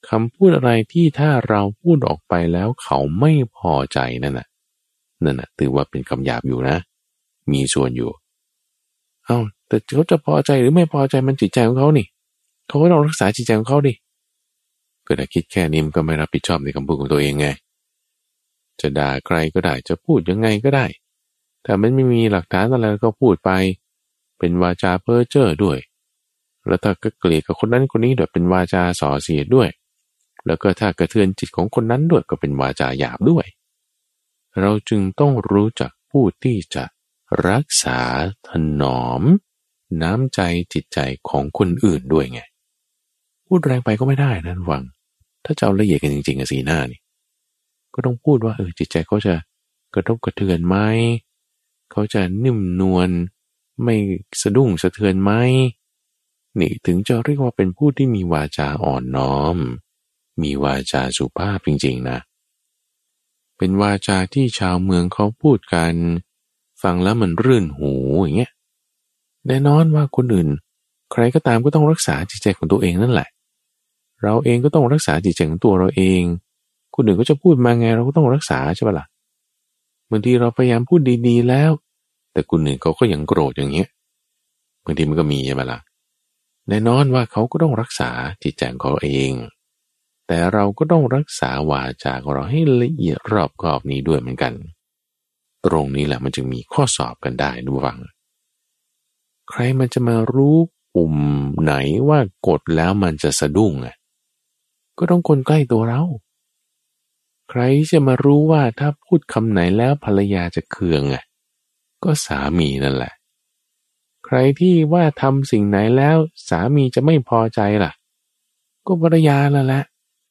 คำพูดอะไรที่ถ้าเราพูดออกไปแล้วเขาไม่พอใจนั่นน่ะถือว่าเป็นคำหยาบอยู่นะมีส่วนอยู่แต่เขาจะพอใจหรือไม่พอใจมันจิตใจของเขานี่เขาก็ต้องรักษาจิตใจของเขาดิก็ถ้าคิดแค่นี้มันก็ไม่รับผิดชอบในคำพูดของตัวเองไงจะด่าใครก็ได้จะพูดยังไงก็ได้แต่มันไม่มีหลักฐานอะไรก็พูดไปเป็นวาจาเพ้อเจ้อด้วยแล้วถ้าก็เกลียดกับคนนั้นคนนี้ด้วยเป็นวาจาส่อเสียดด้วยแล้วก็ถ้ากระเทือนจิตของคนนั้นด้วยก็เป็นวาจาหยาบด้วยเราจึงต้องรู้จักพูดที่จะรักษาถนอมน้ำใจจิตใจของคนอื่นด้วยไงพูดแรงไปก็ไม่ได้นะวังถ้าจะเอาละเอียดกันจริงๆสีหน้านี่ก็ต้องพูดว่าจิตใจเขาจะกระทบกระเทือนไหมเขาจะนิ่มนวลไม่สะดุ้งสะเทือนไหมนี่ถึงจะเรียกว่าเป็นผู้ที่มีวาจาอ่อนน้อมมีวาจาสุภาพจริงๆนะเป็นวาจาที่ชาวเมืองเขาพูดกันฟังแล้วมันรื่นหูอย่างเงี้ยแน่นอนว่าคนอื่นใครก็ตามก็ต้องรักษาจิตใจของตัวเองนั่นแหละเราเองก็ต้องรักษาจิตใจของตัวเราเองคนอื่นก็จะพูดมาไงเราก็ต้องรักษาใช่ปะล่ะบางทีเราพยายามพูดดีๆแล้วแต่คนอื่นเขาก็ยังโกรธอย่างเงี้ยบางทีมันก็มีใช่ปะล่ะแน่นอนว่าเขาก็ต้องรักษาจิตใจของเขาเองแต่เราก็ต้องรักษาวาจาของเราให้ละเอียดรอบคอบนี้ด้วยเหมือนกันตรงนี้แหละมันจึงมีข้อสอบกันได้ดูฟังใครมันจะมารู้ปุ่มไหนว่ากดแล้วมันจะสะดุ้งก็ต้องคนใกล้ตัวเราใครจะมารู้ว่าถ้าพูดคำไหนแล้วภรรยาจะเคืองก็สามีนั่นแหละใครที่ว่าทำสิ่งไหนแล้วสามีจะไม่พอใจล่ะก็ภรรยาแล้วแหละ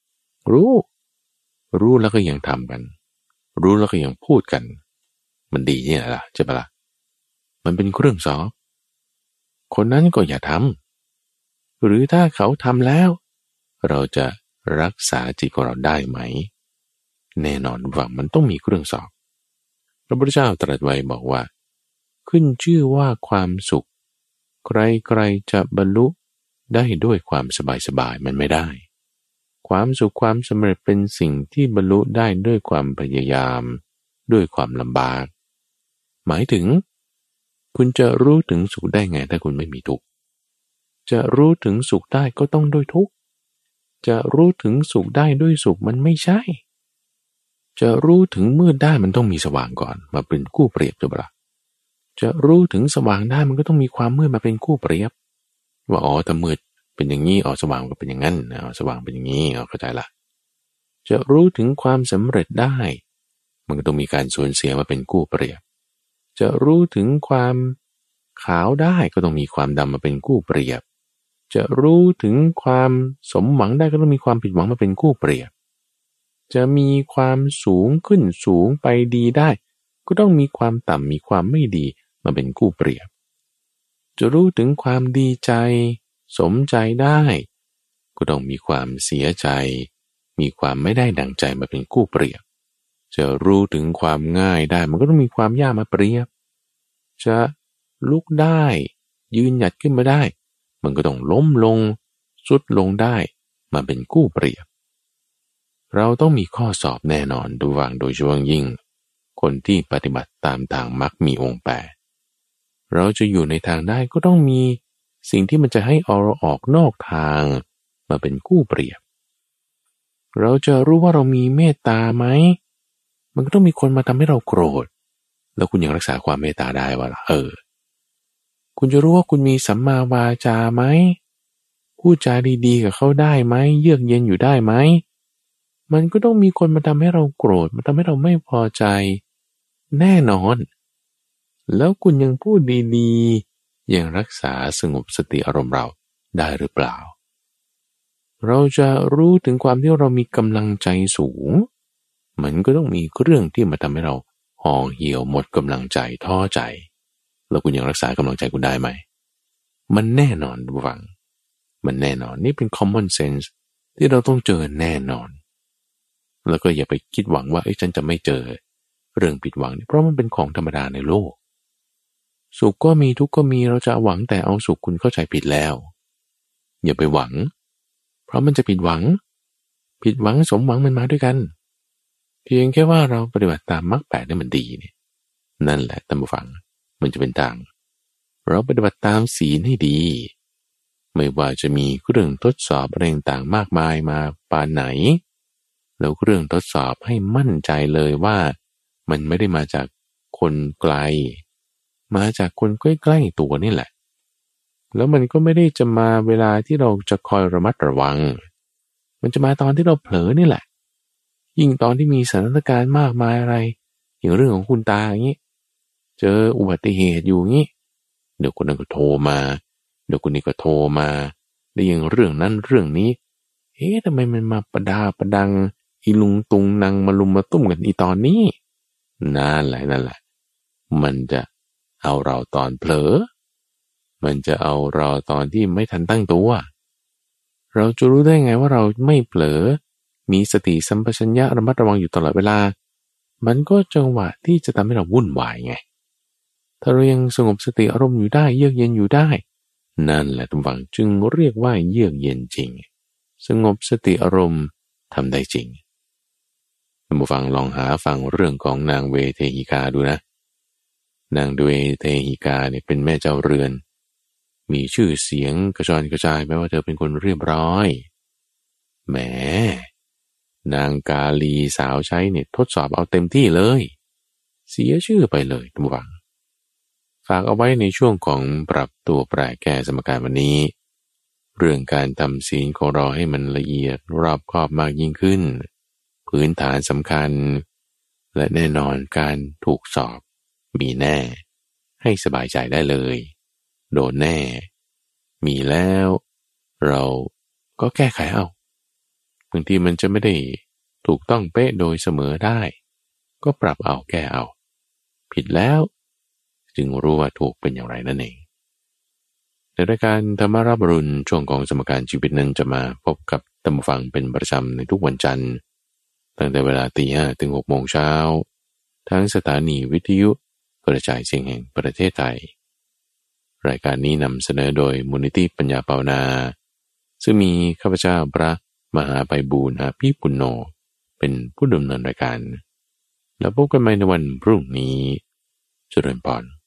รู้แล้วก็ยังทำกันรู้แล้วก็ยังพูดกันมันดีเนี่ยล่ะใช่ปะล่ะมันเป็นเครื่องสอบคนนั้นก็อย่าทำหรือถ้าเขาทำแล้วเราจะรักษาจิตของเราได้ไหมแน่นอนว่ามันต้องมีเครื่องสอบพระพุทธเจ้าตรัสไว้บอกว่าขึ้นชื่อว่าความสุขใครๆจะบรรลุได้ด้วยความสบายๆมันไม่ได้ความสุขความสำเร็จเป็นสิ่งที่บรรลุได้ด้วยความพยายามด้วยความลำบากหมายถึงคุณจะรู้ถึงสุขได้ไงถ้าคุณไม่มีทุกข์จะรู้ถึงสุขได้ก็ต้องด้วยทุกข์จะรู้ถึงสุขได้ด้วยสุขมันไม่ใช่จะรู้ถึงมืดได้มันต้องมีสว่างก่อนมาเป็นคู่เปรียบใช่ปะล่ะจะรู้ถึงสว่างได้มันก็ต้องมีความมืดมาเป็นคู่เปรียบว่าถ้ามืดเป็นอย่างนี้สว่างก็เป็นอย่างนั้นสว่างเป็นอย่างนี้เข้าใจละจะรู้ถึงความสำเร็จได้มันก็ต้องมีการสูญเสียมาเป็นคู่เปรียบจะรู้ถึงความขาวได้ก็ต้องมีความดำมาเป็นคู่เปรียบจะรู้ถึงความสมหวังได้ก็ต้องมีความผิดหวังมาเป็นคู่เปรียบจะมีความสูงขึ้นสูงไปดีได้ก็ต้องมีความต่ำมีความไม่ดีมาเป็นคู่เปรียบจะรู้ถึงความดีใจสมใจได้ก็ต้องมีความเสียใจมีความไม่ได้ดั่งใจมาเป็นคู่เปรียบจะรู้ถึงความง่ายได้มันก็ต้องมีความยากมาเปรียบจะลุกได้ยืนหยัดขึ้นมาได้มันก็ต้องล้มลงทรุดลงได้มาเป็นคู่เปรียบเราต้องมีข้อสอบแน่นอนโดยเฉพาะยิ่งคนที่ปฏิบัติตามทางมรรคมีองค์แปดเราจะอยู่ในทางได้ก็ต้องมีสิ่งที่มันจะให้เราออกนอกทางมาเป็นคู่เปรียบเราจะรู้ว่าเรามีเมตตาไหมมันก็ต้องมีคนมาทำให้เราโกรธแล้วคุณยังรักษาความเมตตาได้วะล่ะคุณจะรู้ว่าคุณมีสัมมาวาจาไหมพูดจาดีๆกับเขาได้ไหมเยือกเย็นอยู่ได้ไหมมันก็ต้องมีคนมาทำให้เราโกรธมาทำให้เราไม่พอใจแน่นอนแล้วคุณยังพูดดีๆยังรักษาสงบสติอารมณ์เราได้หรือเปล่าเราจะรู้ถึงความที่เรามีกำลังใจสูงมันก็ต้องมีเรื่องที่มาทำให้เราห่อเหี่ยวหมดกำลังใจท้อใจแล้วคุณยังรักษากำลังใจคุณได้ไหมมันแน่นอนฟังมันแน่นอนนี่เป็น common sense ที่เราต้องเจอแน่นอนแล้วก็อย่าไปคิดหวังว่าฉันจะไม่เจอเรื่องผิดหวังเพราะมันเป็นของธรรมดาในโลกสุขก็มีทุกข์ก็มีเราจะหวังแต่เอาสุขคุณเข้าใจผิดแล้วอย่าไปหวังเพราะมันจะผิดหวังผิดหวังสมหวังมันมาด้วยกันเพียงแค่ว่าเราปฏิบัติตามมรรคแปดได้มันดีเนี่ยนั่นแหละท่านผู้ฟังมันจะเป็นทางเราปฏิบัติตามศีลให้ดีไม่ว่าจะมีเรื่องทดสอบอะไรต่างมากมายมาปานไหนแล้วเรื่องทดสอบให้มั่นใจเลยว่ามันไม่ได้มาจากคนไกลมาจากคนใกล้ๆตัวนี่แหละแล้วมันก็ไม่ได้จะมาเวลาที่เราจะคอยระมัดระวังมันจะมาตอนที่เราเผลอนี่แหละยิ่งตอนที่มีสถานการณ์มากมายอะไรอย่างเรื่องของคุณตาอย่างนี้เจออุบัติเหตุอยู่งี้เดี๋ยวคนนั้นก็โทรมาเดี๋ยวคนนี้ก็โทรมาได้ยินเรื่องนั้นเรื่องนี้ทำไมมันมาประดาประดังอีลุงตุงนางมาลุมมาตุ้มกันอีตอนนี้นั่นแหละมันจะเอาเราตอนเผลอมันจะเอาเราตอนที่ไม่ทันตั้งตัวเราจะรู้ได้ไงว่าเราไม่เผลอมีสติสัมปชัญญะระมัดระวังอยู่ตลอดเวลามันก็จังหวะที่จะทำให้เราวุ่นวายไงถ้าเรายังสงบสติอารมณ์อยู่ได้เยือกเย็นอยู่ได้นั่นแหละทุกฝังจึงเรียกว่าเยือกเย็นจริงสงบสติอารมณ์ทำได้จริงท่านผู้ฟังลองหาฟังเรื่องของนางเวเทหิกาดูนะนางเวเทหิกาเนี่ยเป็นแม่เจ้าเรือนมีชื่อเสียงกระจรกระจายแม้ว่าเธอเป็นคนเรียบร้อยแหมนางกาลีสาวใช้เนี่ยทดสอบเอาเต็มที่เลยเสียชื่อไปเลยท่านผู้ฟังฝากเอาไว้ในช่วงของปรับตัวแปรแก้สมการวันนี้เรื่องการทำศีลของเราให้มันละเอียดรอบคอบมากยิ่งขึ้นพื้นฐานสำคัญและแน่นอนการถูกสอบมีแน่ให้สบายใจได้เลยโดนแน่มีแล้วเราก็แก้ไขเอาบางทีมันจะไม่ได้ถูกต้องเป๊ะโดยเสมอได้ก็ปรับเอาแก้เอาผิดแล้วจึงรู้ว่าถูกเป็นอย่างไรนั่นเองในรายการธรรมรับอรุณช่วงของสมการชีวิตนั้นจะมาพบกับท่านผู้ฟังเป็นประจำในทุกวันจันทร์ตั้งแต่เวลา 5:00 ถึง 6:00 น.ทั้งสถานีวิทยุกระจายเสียงแห่งประเทศไทยรายการนี้นำเสนอโดยมูลนิธิปัญญาภาวนาซึ่งมีข้าพเจ้าพระมหาไพบูลย์อาภีปุณโญเป็นผู้ดำเนินรายการแล้วพบกันใหม่ในวันพรุ่งนี้เจริญพร